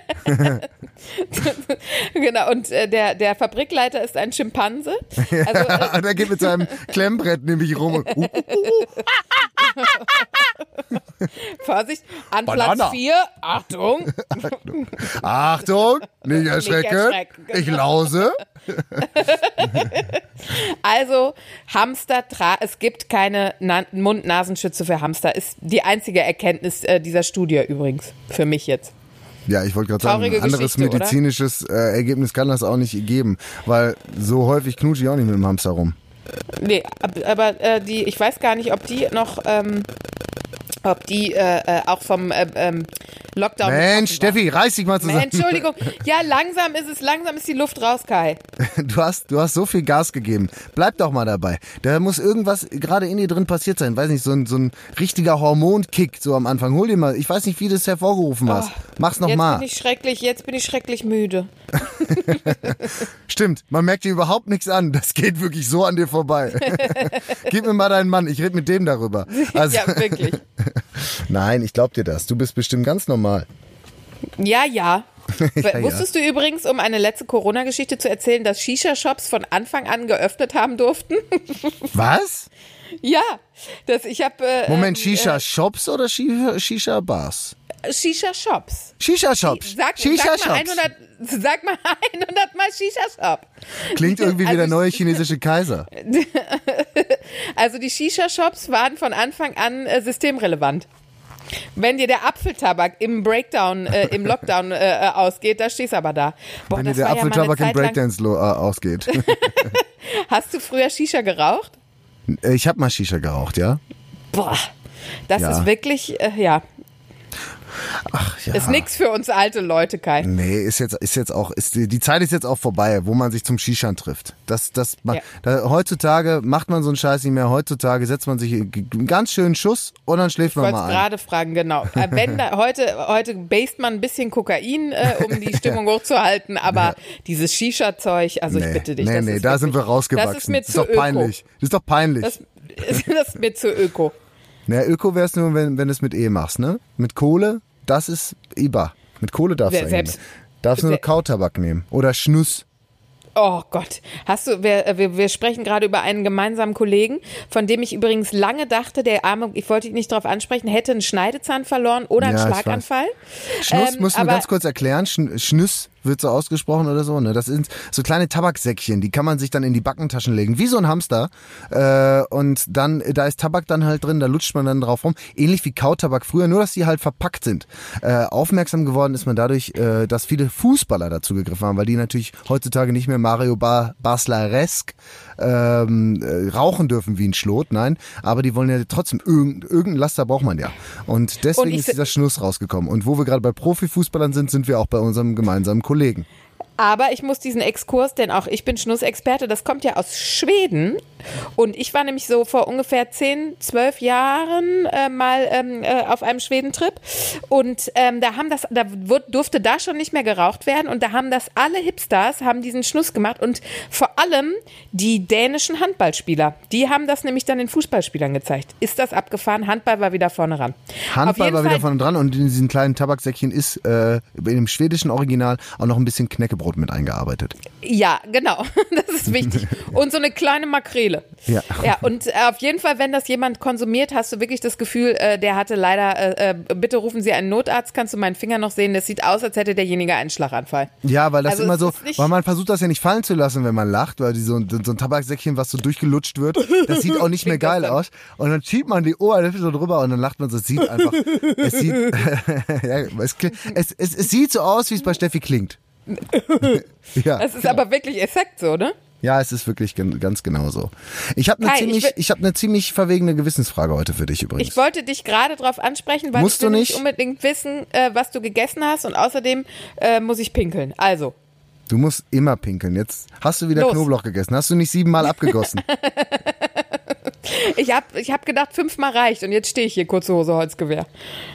Genau, und äh, der, der Fabrikleiter ist ein Schimpanse. Also, äh, der geht mit seinem Klemmbrett nämlich rum. Und, uh, uh, uh. Vorsicht, an Banana. Platz vier, Achtung. Achtung, Achtung, nicht erschrecken, nicht erschrecken. Ich lause. Also Hamster, tra- es gibt keine Na- Mund-Nasenschütze für Hamster, ist die einzige Erkenntnis äh, dieser Studie übrigens, für mich jetzt. Ja, ich wollte gerade sagen, ein anderes medizinisches äh, Ergebnis kann das auch nicht geben, weil so häufig knutsche ich auch nicht mit dem Hamster rum. Nee, aber äh, die, ich weiß gar nicht, ob die noch, ähm, ob die äh, auch vom äh, ähm, Lockdown... Mensch, Steffi, reiß dich mal zusammen. Entschuldigung, ja, langsam ist es, langsam ist die Luft raus, Kai. Du hast, du hast so viel Gas gegeben. Bleib doch mal dabei. Da muss irgendwas gerade in dir drin passiert sein. Weiß nicht, so ein, so ein richtiger Hormonkick so am Anfang. Hol dir mal, ich weiß nicht, wie du es hervorgerufen hast. Oh, Mach's noch jetzt mal. Jetzt bin ich schrecklich, jetzt bin ich schrecklich müde. Stimmt, man merkt dir überhaupt nichts an. Das geht wirklich so an dir vorbei. Gib mir mal deinen Mann, ich rede mit dem darüber. Also, ja, wirklich. Nein, ich glaub dir das. Du bist bestimmt ganz normal. Ja, ja. ja Wusstest ja. du übrigens, um eine letzte Corona-Geschichte zu erzählen, dass Shisha-Shops von Anfang an geöffnet haben durften? Was? Ja, das ich habe. Äh, Moment, äh, Shisha-Shops oder Shisha-Bars? Shisha-Shops. Shisha-Shops. Sag, Shisha-Shops. Sag mal hundert, sag mal hundert Mal Shisha-Shop. Klingt irgendwie wie also, der neue chinesische Kaiser. Also die Shisha-Shops waren von Anfang an äh, systemrelevant. Wenn dir der Apfeltabak im Breakdown, äh, im Lockdown äh, ausgeht, da stehst du aber da. Boah, Wenn dir der Apfeltabak ja im Breakdance lo- äh, ausgeht. Hast du früher Shisha geraucht? Ich habe mal Shisha geraucht, ja. Boah, das ja. ist wirklich, äh, ja. Ach ja. Ist nix für uns alte Leute, Kai. Nee, ist jetzt, ist jetzt auch, ist, die Zeit ist jetzt auch vorbei, wo man sich zum Shishan trifft. Das, das, man, ja. da, heutzutage macht man so einen Scheiß nicht mehr. Heutzutage setzt man sich einen ganz schönen Schuss und dann schläft man mal ein. Ich wollte gerade fragen, genau. Wenn da, heute, heute based man ein bisschen Kokain, äh, um die Stimmung hochzuhalten, aber ja. dieses Shisha-Zeug, also nee, ich bitte dich. Nee, das nee, ist da wirklich, sind wir rausgewachsen. Das ist mir das zu ist doch peinlich. Öko. Das ist doch peinlich. Das, das ist mir zu öko. Naja, Öko wär's nur, wenn, wenn du es mit E machst, ne? Mit Kohle. Das ist I B A. Mit Kohle darfst du selbst, nehmen. Darfst nur Kautabak nehmen. Oder Schnuss. Oh Gott. Hast du, wir, wir, wir sprechen gerade über einen gemeinsamen Kollegen, von dem ich übrigens lange dachte, der Arme, ich wollte ihn nicht darauf ansprechen, hätte einen Schneidezahn verloren oder einen ja, Schlaganfall. Schnuss ähm, musst du ganz kurz erklären. Schnuss wird so ausgesprochen oder so. Ne? Das sind so kleine Tabaksäckchen, die kann man sich dann in die Backentaschen legen, wie so ein Hamster. Äh, und dann, da ist Tabak dann halt drin, da lutscht man dann drauf rum. Ähnlich wie Kautabak früher, nur dass die halt verpackt sind. Äh, aufmerksam geworden ist man dadurch, äh, dass viele Fußballer dazu gegriffen haben, weil die natürlich heutzutage nicht mehr Mario Bar- Basler-esk ähm, äh, rauchen dürfen wie ein Schlot, nein. Aber die wollen ja trotzdem, irgend, irgendein Laster braucht man ja. Und deswegen und ist dieser Schnuss rausgekommen. Und wo wir gerade bei Profifußballern sind, sind wir auch bei unserem gemeinsamen Kollegen. Kollegen. Aber ich muss diesen Exkurs, denn auch ich bin Schnussexperte, das kommt ja aus Schweden, Und ich war nämlich so vor ungefähr zehn, zwölf Jahren äh, mal ähm, äh, auf einem Schwedentrip und ähm, da haben das, da wurde, durfte da schon nicht mehr geraucht werden und da haben das alle Hipsters, haben diesen Schnuss gemacht und vor allem die dänischen Handballspieler, die haben das nämlich dann den Fußballspielern gezeigt. Ist das abgefahren? Handball war wieder vorne ran. Handball war wieder vorne dran und in diesen kleinen Tabaksäckchen ist äh, in dem schwedischen Original auch noch ein bisschen Knäckebrot mit eingearbeitet. Ja, genau. Das ist wichtig. Und so eine kleine Makrele. Ja. Ja, und äh, auf jeden Fall, wenn das jemand konsumiert, hast du wirklich das Gefühl, äh, der hatte leider, äh, bitte rufen Sie einen Notarzt, kannst du meinen Finger noch sehen, das sieht aus, als hätte derjenige einen Schlaganfall. Ja, weil das also immer so, weil man versucht das ja nicht fallen zu lassen, wenn man lacht, weil die so, so ein Tabaksäckchen, was so durchgelutscht wird, das sieht auch nicht mehr geil aus. Und dann schiebt man die Oberlippe so drüber und dann lacht man so, es sieht einfach, es sieht, ja, es, es, es, es sieht so aus, wie es bei Steffi klingt. Ja, es ist genau. aber wirklich exakt so, ne? Ja, es ist wirklich gen- ganz genau so. Ich habe eine Kai, ziemlich, ich, ich habe eine ziemlich verwegene Gewissensfrage heute für dich übrigens. Ich wollte dich gerade drauf ansprechen, weil Musst ich will du nicht? nicht unbedingt wissen, äh, was du gegessen hast und außerdem äh, muss ich pinkeln. Also. Du musst immer pinkeln. Jetzt hast du wieder Los. Knoblauch gegessen. Hast du nicht siebenmal abgegossen? Ich habe ich hab gedacht, fünfmal reicht und jetzt stehe ich hier, kurze Hose, Holzgewehr.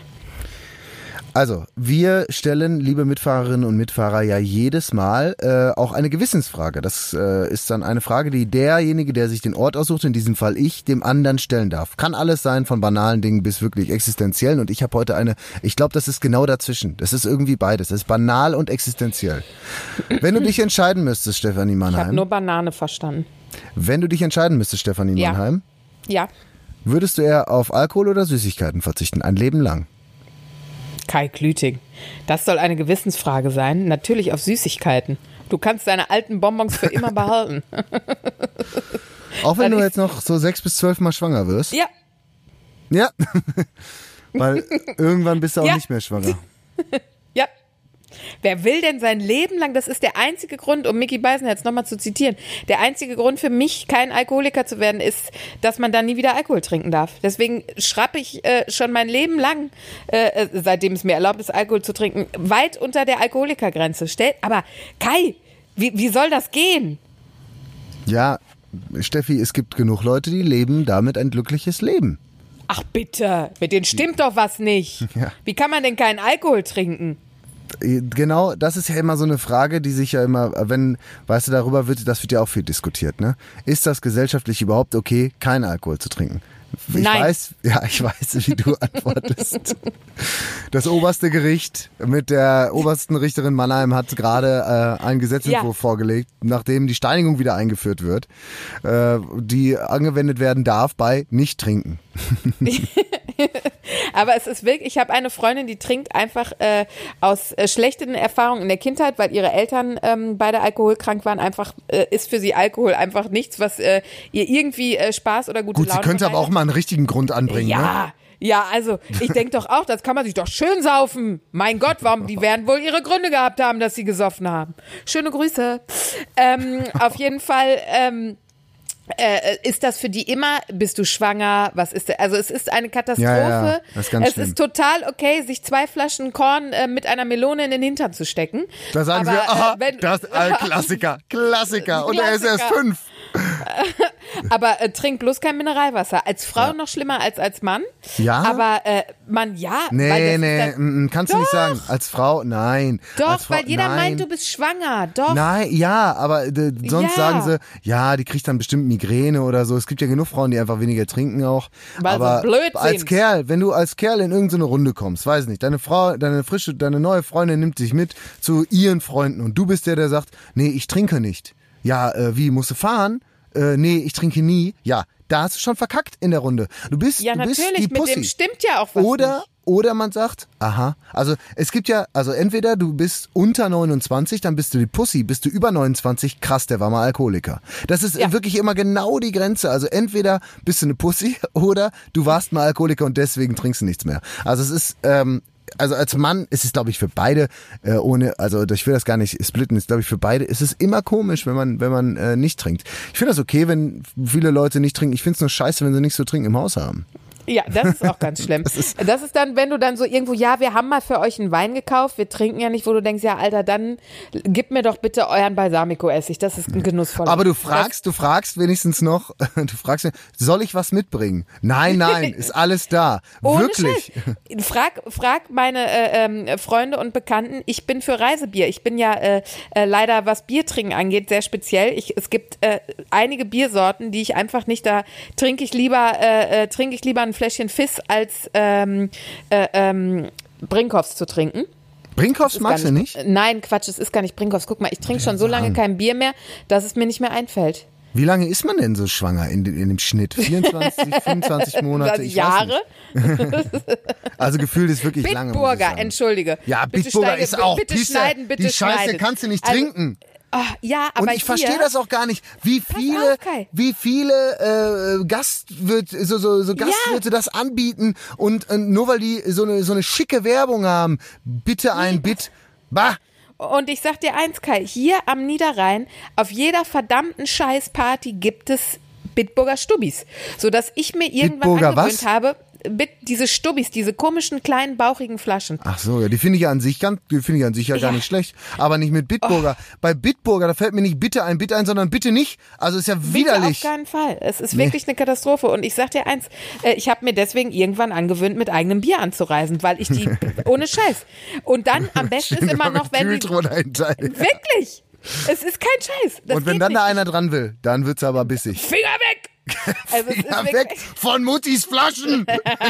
Also, wir stellen, liebe Mitfahrerinnen und Mitfahrer, ja jedes Mal äh, auch eine Gewissensfrage. Das äh, ist dann eine Frage, die derjenige, der sich den Ort aussucht, in diesem Fall ich, dem anderen stellen darf. Kann alles sein, von banalen Dingen bis wirklich existenziellen. Und ich habe heute eine, ich glaube, das ist genau dazwischen. Das ist irgendwie beides. Das ist banal und existenziell. Wenn du dich entscheiden müsstest, Stefanie Mannheim. Ich habe nur Banane verstanden. Wenn du dich entscheiden müsstest, Stefanie Ja. Mannheim, Ja. würdest du eher auf Alkohol oder Süßigkeiten verzichten? Ein Leben lang? Kai Klüting. Das soll eine Gewissensfrage sein. Natürlich auf Süßigkeiten. Du kannst deine alten Bonbons für immer behalten. Auch wenn Dann du ist- jetzt noch so sechs bis zwölf Mal schwanger wirst? Ja. Ja. Weil irgendwann bist du auch Ja. nicht mehr schwanger. Ja. Wer will denn sein Leben lang, das ist der einzige Grund, um Micky Beisenherz nochmal zu zitieren, der einzige Grund für mich, kein Alkoholiker zu werden, ist, dass man dann nie wieder Alkohol trinken darf. Deswegen schrappe ich äh, schon mein Leben lang, äh, seitdem es mir erlaubt ist, Alkohol zu trinken, weit unter der Alkoholikergrenze. Stell, aber Kai, wie, wie soll das gehen? Ja, Steffi, es gibt genug Leute, die leben damit ein glückliches Leben. Ach bitte, mit denen stimmt doch was nicht. Ja. Wie kann man denn keinen Alkohol trinken? Genau, das ist ja immer so eine Frage, die sich ja immer, wenn, weißt du, darüber wird, das wird ja auch viel diskutiert, ne? Ist das gesellschaftlich überhaupt okay, keinen Alkohol zu trinken? Ich Nein. weiß, ja, ich weiß, wie du antwortest. Das oberste Gericht mit der obersten Richterin Mannheim hat gerade äh, einen Gesetzentwurf Ja. vorgelegt, nachdem die Steinigung wieder eingeführt wird, äh, die angewendet werden darf bei Nicht-Trinken. Aber es ist wirklich, ich habe eine Freundin, die trinkt einfach äh, aus äh, schlechten Erfahrungen in der Kindheit, weil ihre Eltern ähm, beide alkoholkrank waren, einfach äh, ist für sie Alkohol einfach nichts, was äh, ihr irgendwie äh, Spaß oder gute Gut, Laune sie könnte aber auch bereitet. mal einen richtigen Grund anbringen, ne? Ja, ja, also ich denke doch auch, das kann man sich doch schön saufen. Mein Gott, warum, die werden wohl ihre Gründe gehabt haben, dass sie gesoffen haben. Schöne Grüße. Ähm, auf jeden Fall ähm, äh, ist das für die immer, bist du schwanger, was ist der? Also es ist eine Katastrophe. Ja, ja, das ist ganz es schlimm. ist total okay, sich zwei Flaschen Korn äh, mit einer Melone in den Hintern zu stecken. Da sagen Aber, sie, aha, äh, wenn, das ist ein Klassiker, Klassiker. Und er ist erst Klassiker. fünf. Aber äh, trink bloß kein Mineralwasser. Als Frau Ja. noch schlimmer als als Mann. Ja? Aber äh, man, ja. weil Nee, das nee, ist dann, mm, mm, kannst du nicht Doch. sagen. Als Frau, nein. Doch, Als Frau, weil jeder nein. meint, du bist schwanger. Doch. Nein, ja, aber äh, sonst Ja. sagen sie, ja, die kriegt dann bestimmt Migräne oder so. Es gibt ja genug Frauen, die einfach weniger trinken auch. Weil sie aber blöd als sind. Kerl, wenn du als Kerl in irgendeine Runde kommst, weiß nicht, deine Frau, deine frische, deine neue Freundin nimmt dich mit zu ihren Freunden und du bist der, der sagt, nee, ich trinke nicht. Ja, äh, wie, musst du fahren? Äh, nee, ich trinke nie. Ja, da hast du schon verkackt in der Runde. Du bist, Ja, du bist natürlich, die mit Pussy. dem stimmt ja auch was Oder, nicht. oder man sagt, aha, also es gibt ja, also entweder du bist unter neunundzwanzig, dann bist du die Pussy, bist du über neunundzwanzig, krass, der war mal Alkoholiker. Das ist Ja. wirklich immer genau die Grenze. Also entweder bist du eine Pussy oder du warst mal Alkoholiker und deswegen trinkst du nichts mehr. Also es ist, ähm, also als Mann ist es, glaube ich, für beide, äh, ohne, also ich will das gar nicht splitten, ist, glaube ich, für beide ist es immer komisch, wenn man, wenn man äh, nicht trinkt. Ich finde das okay, wenn viele Leute nicht trinken. Ich finde es nur scheiße, wenn sie nichts zu trinken im Haus haben. Ja, das ist auch ganz schlimm. Das ist, das ist dann, wenn du dann so irgendwo, ja, wir haben mal für euch einen Wein gekauft, wir trinken ja nicht, wo du denkst, ja, Alter, dann gib mir doch bitte euren Balsamico-Essig, das ist ein genussvoller. Aber du fragst, das, du fragst wenigstens noch, du fragst, soll ich was mitbringen? Nein, nein, ist alles da. Ohne Wirklich. Scheiß. Frag, frag meine äh, äh, Freunde und Bekannten, ich bin für Reisebier. Ich bin ja äh, äh, leider, was Biertrinken angeht, sehr speziell. Ich, es gibt äh, einige Biersorten, die ich einfach nicht, da trinke ich lieber, äh, äh, trinke ich lieber ein Fläschchen Fizz als ähm, äh, ähm, Brinkhoffs zu trinken. Brinkhoffs magst du nicht? Nein, Quatsch, es ist gar nicht Brinkhoffs. Guck mal, ich trinke schon so lange kein Bier mehr, dass es mir nicht mehr einfällt. Wie lange ist man denn so schwanger in, in dem Schnitt? vierundzwanzig, fünfundzwanzig Monate? Ich Jahre? Also gefühlt ist wirklich lange. Bitburger, entschuldige. Ja, bitte Bitburger schneide, ist auch bitte Pisse. Schneiden, bitte Die Scheiße schneiden. kannst du nicht also, trinken. Oh, ja, aber und ich verstehe das auch gar nicht, wie viele, auf, wie viele äh, Gastwirt, so, so, so Gastwirte ja. das anbieten und äh, nur weil die so eine, so eine schicke Werbung haben, bitte ein nee. Bit, bah. Und ich sag dir eins, Kai, hier am Niederrhein, auf jeder verdammten Scheißparty gibt es Bitburger Stubbis, sodass ich mir irgendwann Bitburger angewöhnt was? habe, Bit, diese Stubbis, diese komischen kleinen bauchigen Flaschen. Ach so, ja, die finde ich ja an sich ganz, die finde ich an sich ja, ja gar nicht schlecht, aber nicht mit Bitburger. Oh. Bei Bitburger, da fällt mir nicht bitte ein Bitte ein, sondern bitte nicht. Also ist ja widerlich. Bitte auf keinen Fall. Es ist nee. wirklich eine Katastrophe. Und ich sag dir eins, äh, ich habe mir deswegen irgendwann angewöhnt, mit eigenem Bier anzureisen, weil ich die, ohne Scheiß. Und dann am besten ist immer noch, wenn die, wirklich, es ist kein Scheiß. Das und wenn dann nicht. da einer dran will, dann wird's aber bissig. Finger weg! Also Finger weg von Muttis Flaschen.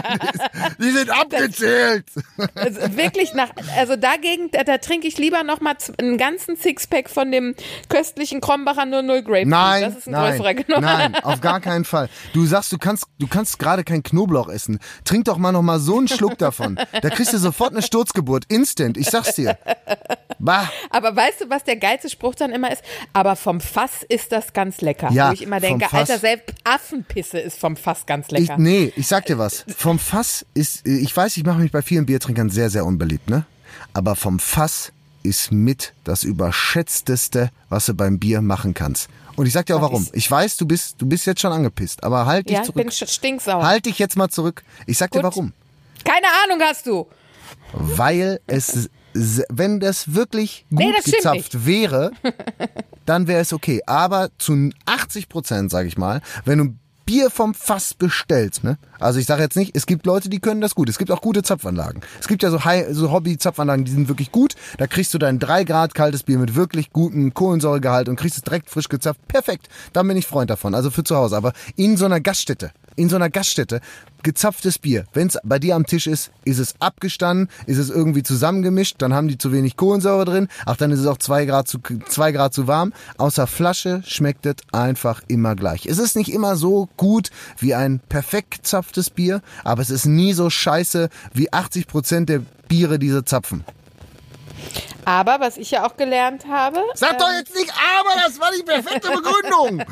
Die sind abgezählt. Also wirklich nach, also dagegen, da, da trinke ich lieber noch mal einen ganzen Sixpack von dem köstlichen Krombacher null null Grapefruit. Nein, das ist ein nein, größerer Genuss. Nein, auf gar keinen Fall. Du sagst, du kannst, du kannst gerade kein Knoblauch essen. Trink doch mal noch mal so einen Schluck davon. Da kriegst du sofort eine Sturzgeburt, instant. Ich sag's dir. Bah. Aber weißt du, was der geilste Spruch dann immer ist? Aber vom Fass ist das ganz lecker. Ja, wo ich immer denke, Alter, selbst Affenpisse ist vom Fass ganz lecker. Ich, nee, ich sag dir was. Vom Fass ist, ich weiß, ich mache mich bei vielen Biertrinkern sehr, sehr unbeliebt, ne? Aber vom Fass ist mit das Überschätzteste, was du beim Bier machen kannst. Und ich sag dir auch warum. Ich weiß, du bist, du bist jetzt schon angepisst, aber halt dich ja, zurück. Ich bin stinksauer. Halt dich jetzt mal zurück. Ich sag Gut. dir warum. Keine Ahnung hast du. Weil es, wenn das wirklich gut nee, das gezapft wäre, dann wäre es okay. Aber zu achtzig Prozent, sag ich mal, wenn du Bier vom Fass bestellst, ne? Also ich sage jetzt nicht, es gibt Leute, die können das gut. Es gibt auch gute Zapfanlagen. Es gibt ja so, High, so Hobby-Zapfanlagen, die sind wirklich gut. Da kriegst du dein drei Grad kaltes Bier mit wirklich gutem Kohlensäuregehalt und kriegst es direkt frisch gezapft. Perfekt. Dann bin ich Freund davon. Also für zu Hause. Aber in so einer Gaststätte, in so einer Gaststätte, gezapftes Bier, wenn es bei dir am Tisch ist, ist es abgestanden, ist es irgendwie zusammengemischt, dann haben die zu wenig Kohlensäure drin, ach, dann ist es auch zwei Grad zu, zwei Grad zu warm. Außer Flasche schmeckt es einfach immer gleich. Es ist nicht immer so gut wie ein perfekt gezapftes Bier, aber es ist nie so scheiße wie achtzig Prozent der Biere, die sie zapfen. Aber, was ich ja auch gelernt habe... Sag ähm, doch jetzt nicht, aber das war die perfekte Begründung.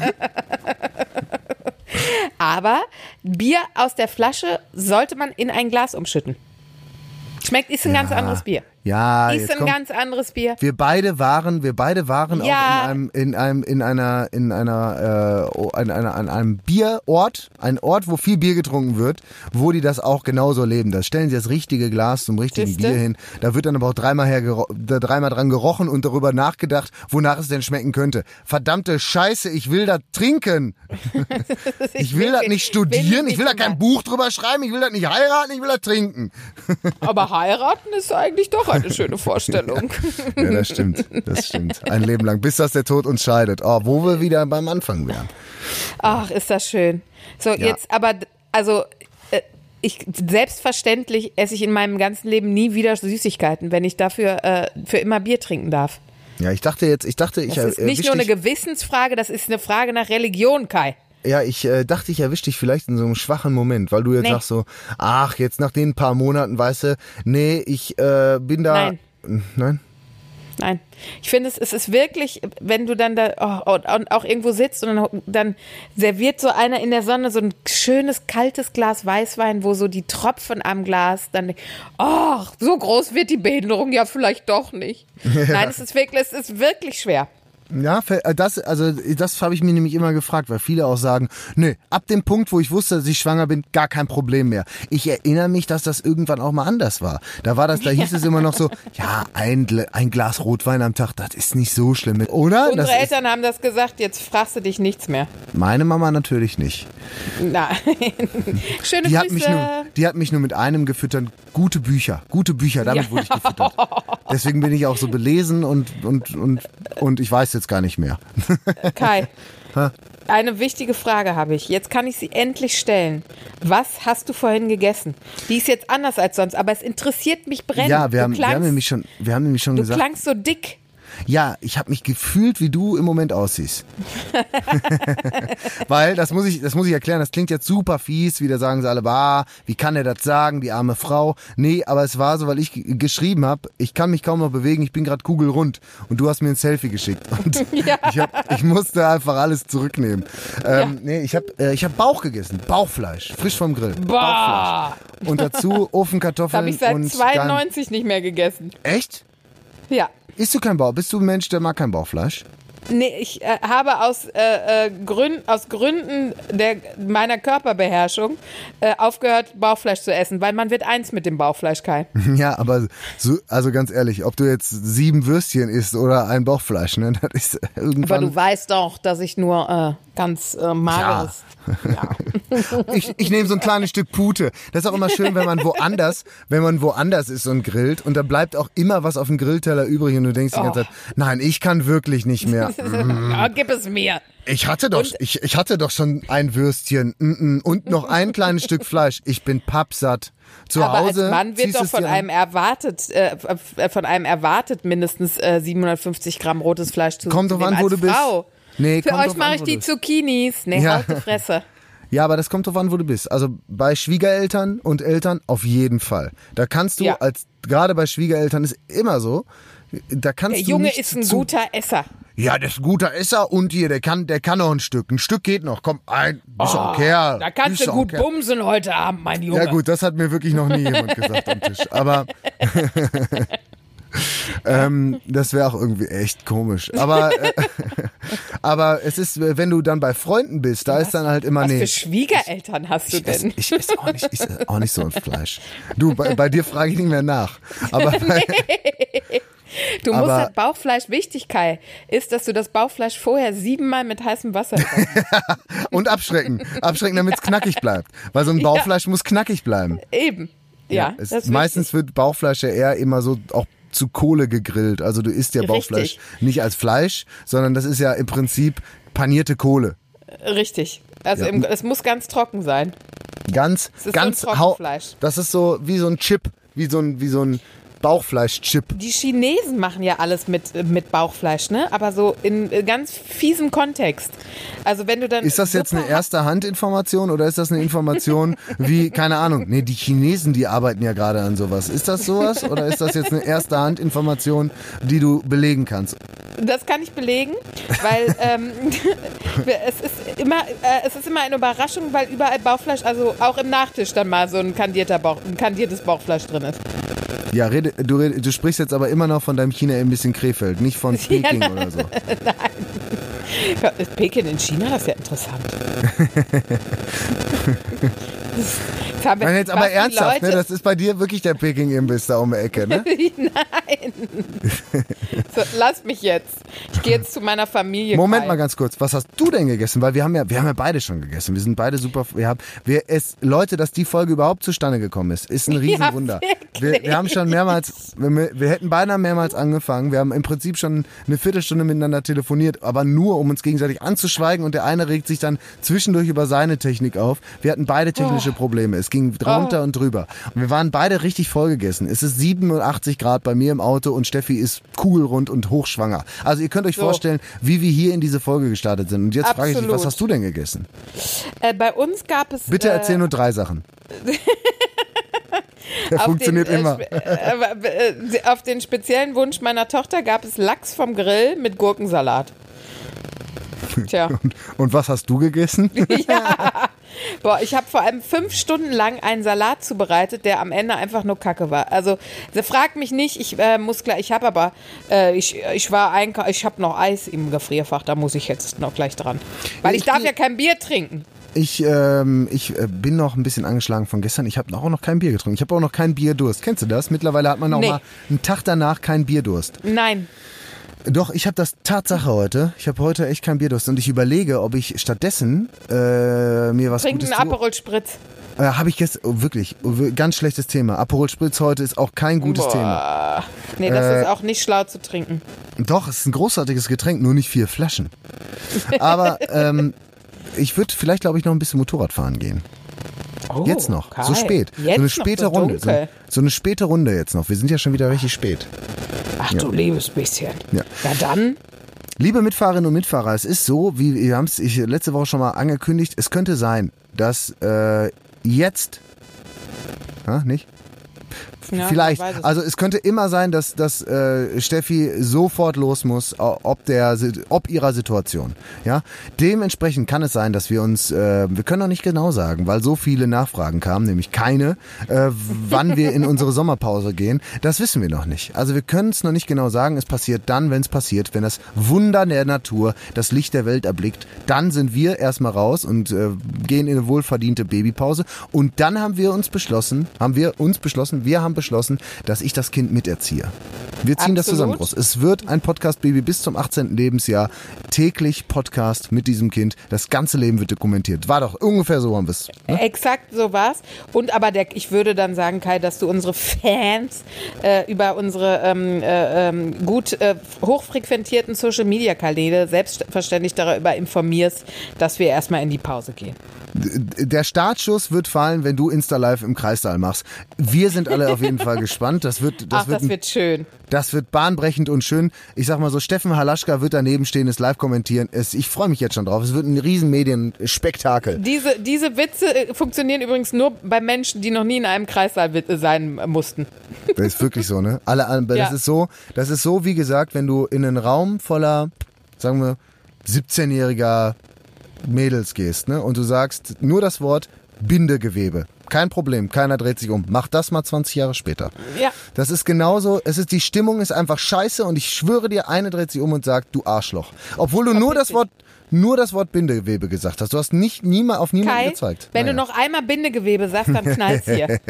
Aber Bier aus der Flasche sollte man in ein Glas umschütten. Schmeckt, ist ein ja, ganz anderes Bier. Ja, ist ein kommt, ganz anderes Bier. Wir beide waren, wir beide waren ja. auch in einem, in einem, in einer, in einer, äh, in einer, an einem Bierort, ein Ort, wo viel Bier getrunken wird, wo die das auch genauso leben. Da stellen sie das richtige Glas zum richtigen Siehste? Bier hin. Da wird dann aber auch dreimal her, dreimal dran gerochen und darüber nachgedacht, wonach es denn schmecken könnte. Verdammte Scheiße, ich will das trinken. ich will das nicht studieren, ich will da kein Buch drüber schreiben, ich will das nicht heiraten, ich will das trinken. Aber heiraten ist eigentlich doch eine schöne Vorstellung. Ja, ja, das stimmt, das stimmt. Ein Leben lang, bis das der Tod uns scheidet. Oh, wo wir wieder beim Anfang wären. Ach, ist das schön. So, ja. Jetzt aber, also, ich, selbstverständlich esse ich in meinem ganzen Leben nie wieder Süßigkeiten, wenn ich dafür äh, für immer Bier trinken darf. Ja, ich dachte jetzt, ich dachte, ich... Das ist nicht nur eine Gewissensfrage, das ist eine Frage nach Religion, Kai. Ja, ich äh, dachte, ich erwische dich vielleicht in so einem schwachen Moment, weil du jetzt nee. sagst so, ach, jetzt nach den paar Monaten, weißt du, nee, ich äh, bin da... Nein. Nein? Nein. Ich finde, es, es ist wirklich, wenn du dann da oh, und auch irgendwo sitzt und dann, dann serviert so einer in der Sonne so ein schönes, kaltes Glas Weißwein, wo so die Tropfen am Glas dann, ach, oh, so groß wird die Behinderung ja vielleicht doch nicht. Ja. Nein, es ist wirklich, es ist wirklich schwer. Ja, das, also das habe ich mir nämlich immer gefragt, weil viele auch sagen, nö, ab dem Punkt, wo ich wusste, dass ich schwanger bin, gar kein Problem mehr. Ich erinnere mich, dass das irgendwann auch mal anders war. Da war das, da hieß es immer noch so, ja, ein, ein Glas Rotwein am Tag, das ist nicht so schlimm, oder? Unsere das Eltern haben das gesagt, jetzt fragst du dich nichts mehr. Meine Mama natürlich nicht. Nein. Schöne die Grüße. Hat mich nur, die hat mich nur mit einem gefüttert, gute Bücher, gute Bücher, damit ja. wurde ich gefüttert. Deswegen bin ich auch so belesen und, und, und, und ich weiß jetzt gar nicht mehr. Kai, eine wichtige Frage habe ich. Jetzt kann ich sie endlich stellen. Was hast du vorhin gegessen? Die ist jetzt anders als sonst, aber es interessiert mich brennend. Ja, wir, haben, klangst, wir haben nämlich schon, wir haben nämlich schon du gesagt. Du klangst so dick. Ja, ich habe mich gefühlt, wie du im Moment aussiehst. Weil, das muss ich, das muss ich erklären, das klingt jetzt super fies, wieder sagen sie alle, bah, wie kann er das sagen, die arme Frau. Nee, aber es war so, weil ich g- geschrieben habe, ich kann mich kaum noch bewegen, ich bin gerade kugelrund und du hast mir ein Selfie geschickt. Und ja. ich, hab, ich musste einfach alles zurücknehmen. Ähm, ja. Nee, ich habe äh, ich hab Bauch gegessen, Bauchfleisch, frisch vom Grill. Boah. Bauchfleisch. Und dazu Ofenkartoffeln. Das habe ich seit und zweiundneunzig dann, nicht mehr gegessen. Echt? Ja. Isst du kein Bauch? Bist du ein Mensch, der mag kein Bauchfleisch? Nee, ich äh, habe aus, äh, äh, Grün, aus Gründen der, meiner Körperbeherrschung äh, aufgehört, Bauchfleisch zu essen, weil man wird eins mit dem Bauchfleisch, Kai. Ja, aber so, also ganz ehrlich, ob du jetzt sieben Würstchen isst oder ein Bauchfleisch, ne, das ist irgendwann... Aber du weißt doch, dass ich nur äh, ganz äh, mageres... Ja. Ja. ich ich nehme so ein kleines Stück Pute. Das ist auch immer schön, wenn man woanders, wenn man woanders ist und grillt und da bleibt auch immer was auf dem Grillteller übrig und du denkst die ganze oh. Zeit, nein, ich kann wirklich nicht mehr. Mm. Ja, gib es mir. Ich hatte doch, ich, ich hatte doch schon ein Würstchen mm, und noch ein kleines Stück Fleisch. Ich bin pappsatt. Zu Aber Hause. Als Mann wird doch von einem erwartet, äh, von einem erwartet mindestens äh, siebenhundertfünfzig Gramm rotes Fleisch zu Kommt doch an, wo du Frau. bist. Nee, Für euch mache ich die Zucchinis. Nee, ja. halte Fresse. Ja, aber das kommt drauf an, wo du bist. Also bei Schwiegereltern und Eltern auf jeden Fall. Da kannst du ja. als, gerade bei Schwiegereltern ist immer so, da kannst der du Junge nicht ist ein zu, guter Esser. Ja, das ist ein guter Esser und hier, der kann, der kann noch ein Stück. Ein Stück geht noch. Komm, ein, bist doch oh, ein Kerl. Da kannst du gut bumsen heute Abend, mein Junge. Ja gut, das hat mir wirklich noch nie jemand gesagt am Tisch. Aber ähm, das wäre auch irgendwie echt komisch. Aber äh, aber es ist, wenn du dann bei Freunden bist, da was, ist dann halt immer was nee. Was für Schwiegereltern hast du ich, denn? Ich, ich esse auch nicht, ich esse auch nicht so ein Fleisch. Du, bei, bei dir frage ich nicht mehr nach. Aber bei, nee. Du musst halt Bauchfleisch, wichtig, Kai, ist, dass du das Bauchfleisch vorher siebenmal mit heißem Wasser und abschrecken. Abschrecken, damit es knackig bleibt. Weil so ein Bauchfleisch ja. muss knackig bleiben. Eben. Ja. ja es, das meistens wird Bauchfleisch ja eher immer so auch zu Kohle gegrillt. Also du isst ja Bauchfleisch Richtig. nicht als Fleisch, sondern das ist ja im Prinzip panierte Kohle. Richtig. Also ja. im, es muss ganz trocken sein. Ganz, es ist ganz so ein Trockenfleisch. Das ist so wie so ein Chip, wie so ein, wie so ein Bauchfleischchip. Die Chinesen machen ja alles mit, mit Bauchfleisch, ne? Aber so in ganz fiesem Kontext. Also wenn du dann ist das jetzt eine erste Hand-Information oder ist das eine Information wie, keine Ahnung, nee, die Chinesen, die arbeiten ja gerade an sowas. Ist das sowas oder ist das jetzt eine erste Hand-Information, die du belegen kannst? Das kann ich belegen, weil ähm, es, ist immer, äh, es ist immer eine Überraschung, weil überall Bauchfleisch, also auch im Nachtisch dann mal so ein, kandierter Bauch, ein kandiertes Bauchfleisch drin ist. Ja, rede, du, rede, du sprichst jetzt aber immer noch von deinem China ein bisschen Krefeld, nicht von Peking ja, oder so. Nein. Ist Peking in China? Das ist ja interessant. Das Nein, jetzt aber ernsthaft, ne? Das ist bei dir wirklich der Peking-Imbiss da um die Ecke, ne? Nein. So, lass mich jetzt. Ich gehe jetzt zu meiner Familie. Moment Kai. mal ganz kurz. Was hast du denn gegessen? Weil wir haben ja, wir haben ja beide schon gegessen. Wir sind beide super. Wir haben, wir es, Leute, dass die Folge überhaupt zustande gekommen ist, ist ein Riesenwunder. Ja, wir, wir haben schon mehrmals, wir, wir hätten beinahe mehrmals angefangen. Wir haben im Prinzip schon eine Viertelstunde miteinander telefoniert, aber nur, um uns gegenseitig anzuschweigen und der eine regt sich dann zwischendurch über seine Technik auf. Wir hatten beide technische oh. Probleme. Es ging drunter oh. und drüber. Und wir waren beide richtig vollgegessen. Es ist siebenundachtzig Grad bei mir im Auto und Steffi ist kugelrund und hochschwanger. Also ihr könnt euch so. vorstellen, wie wir hier in diese Folge gestartet sind. Und jetzt frage ich dich, was hast du denn gegessen? Äh, bei uns gab es... Bitte äh, erzähl nur drei Sachen. Der funktioniert den, immer. Äh, äh, auf den speziellen Wunsch meiner Tochter gab es Lachs vom Grill mit Gurkensalat. Tja. Und, und was hast du gegessen? Ja, Boah, ich habe vor allem fünf Stunden lang einen Salat zubereitet, der am Ende einfach nur Kacke war. Also, sie fragt mich nicht, ich äh, muss gleich, ich habe aber, äh, ich, ich war einkaufen, ich habe noch Eis im Gefrierfach, da muss ich jetzt noch gleich dran. Weil ich, ich darf ja kein Bier trinken. Ich, ähm, ich äh, bin noch ein bisschen angeschlagen von gestern. Ich habe auch noch kein Bier getrunken. Ich habe auch noch keinen Bierdurst. Kennst du das? Mittlerweile hat man auch nee. mal einen Tag danach keinen Bierdurst. Nein. Doch, ich habe das Tatsache heute. Ich habe heute echt keinen Bierdurst. Und ich überlege, ob ich stattdessen äh, mir was Trinken Gutes einen Aperol Spritz. Äh, habe ich gestern, oh, wirklich, oh, ganz schlechtes Thema. Aperol Spritz heute ist auch kein gutes Boah. Thema. Nee, das äh, ist auch nicht schlau zu trinken. Doch, es ist ein großartiges Getränk, nur nicht vier Flaschen. Aber ähm, ich würde vielleicht, glaube ich, noch ein bisschen Motorrad fahren gehen. Oh, jetzt noch, geil. so spät. Jetzt so eine späte noch so Runde. So, so eine späte Runde jetzt noch. Wir sind ja schon wieder richtig spät. Ach ja. du liebes bisschen. Ja. Ja dann. Liebe Mitfahrerinnen und Mitfahrer, es ist so, wie wir haben es letzte Woche schon mal angekündigt, es könnte sein, dass äh, jetzt, ha, nicht? Ja, vielleicht. Also es könnte immer sein, dass, dass äh, Steffi sofort los muss, ob der, ob ihrer Situation. Ja, dementsprechend kann es sein, dass wir uns, äh, wir können noch nicht genau sagen, weil so viele Nachfragen kamen, nämlich keine, äh, wann wir in unsere Sommerpause gehen. Das wissen wir noch nicht. Also wir können es noch nicht genau sagen. Es passiert dann, wenn es passiert, wenn das Wunder der Natur das Licht der Welt erblickt. Dann sind wir erstmal raus und äh, gehen in eine wohlverdiente Babypause. Und dann haben wir uns beschlossen, haben wir uns beschlossen, wir haben beschlossen, dass ich das Kind miterziehe. Wir ziehen Absolut. das zusammen groß. Es wird ein Podcast-Baby bis zum achtzehnten Lebensjahr. Täglich Podcast mit diesem Kind. Das ganze Leben wird dokumentiert. War doch ungefähr so, haben wir es. Ne? Exakt so war's. Und aber der, ich würde dann sagen, Kai, dass du unsere Fans äh, über unsere ähm, äh, gut äh, hochfrequentierten Social-Media-Kanäle selbstverständlich darüber informierst, dass wir erstmal in die Pause gehen. Der Startschuss wird fallen, wenn du Insta-Live im Kreissaal machst. Wir sind alle auf jeden Fall gespannt. Das wird, das Ach, wird, das wird schön. Das wird bahnbrechend und schön. Ich sag mal so, Steffen Halaschka wird daneben stehen, es live kommentieren. Es, ich freue mich jetzt schon drauf. Es wird ein riesen Medienspektakel. Diese, diese Witze funktionieren übrigens nur bei Menschen, die noch nie in einem Kreissaal sein mussten. Das ist wirklich so, ne? Alle, das ja. ist so, das ist so, wie gesagt, wenn du in einen Raum voller, sagen wir, siebzehnjähriger Mädels gehst, ne? Und du sagst nur das Wort Bindegewebe. Kein Problem, keiner dreht sich um. Mach das mal zwanzig Jahre später. Ja. Das ist genauso, es ist, die Stimmung ist einfach scheiße und ich schwöre dir, eine dreht sich um und sagt, du Arschloch. Obwohl du nur das Wort, nur das Wort Bindegewebe gesagt hast. Du hast nicht niemand auf niemanden Kai, gezeigt. Wenn naja. du noch einmal Bindegewebe sagst, dann knallt's hier.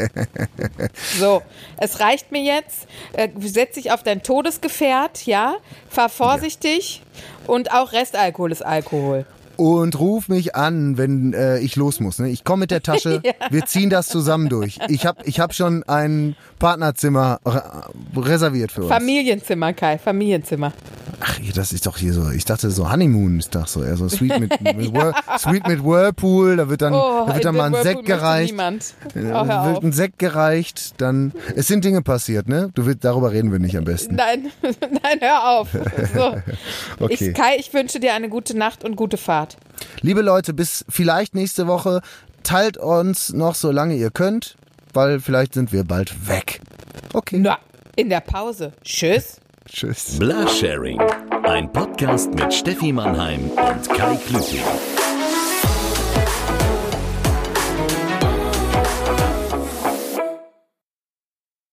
So, es reicht mir jetzt. Äh, setz dich auf dein Todesgefährt, ja? Fahr vorsichtig ja. Und auch Restalkohol ist Alkohol. Und ruf mich an, wenn äh, ich los muss. Ne? Ich komme mit der Tasche, ja. Wir ziehen das zusammen durch. Ich habe ich hab schon ein Partnerzimmer reserviert für uns. Familienzimmer, Kai, Familienzimmer. Ach, das ist doch hier so, ich dachte so Honeymoon ist doch so, eher so Suite mit, mit, ja. Whir, Suite mit Whirlpool, da wird dann, oh, da wird dann mal ein Whirlpool Sekt gereicht. Niemand. Oh, da wird ein Sekt gereicht, dann, es sind Dinge passiert, ne? Du willst, darüber reden wir nicht am besten. Nein, nein, hör auf. So. Okay. Ich, Kai, ich wünsche dir eine gute Nacht und gute Fahrt. Liebe Leute, bis vielleicht nächste Woche, teilt uns noch so lange ihr könnt, weil vielleicht sind wir bald weg. Okay. Na, in der Pause. Tschüss. Tschüss. Blasharing, ein Podcast mit Steffi Mannheim und Kai Klüting.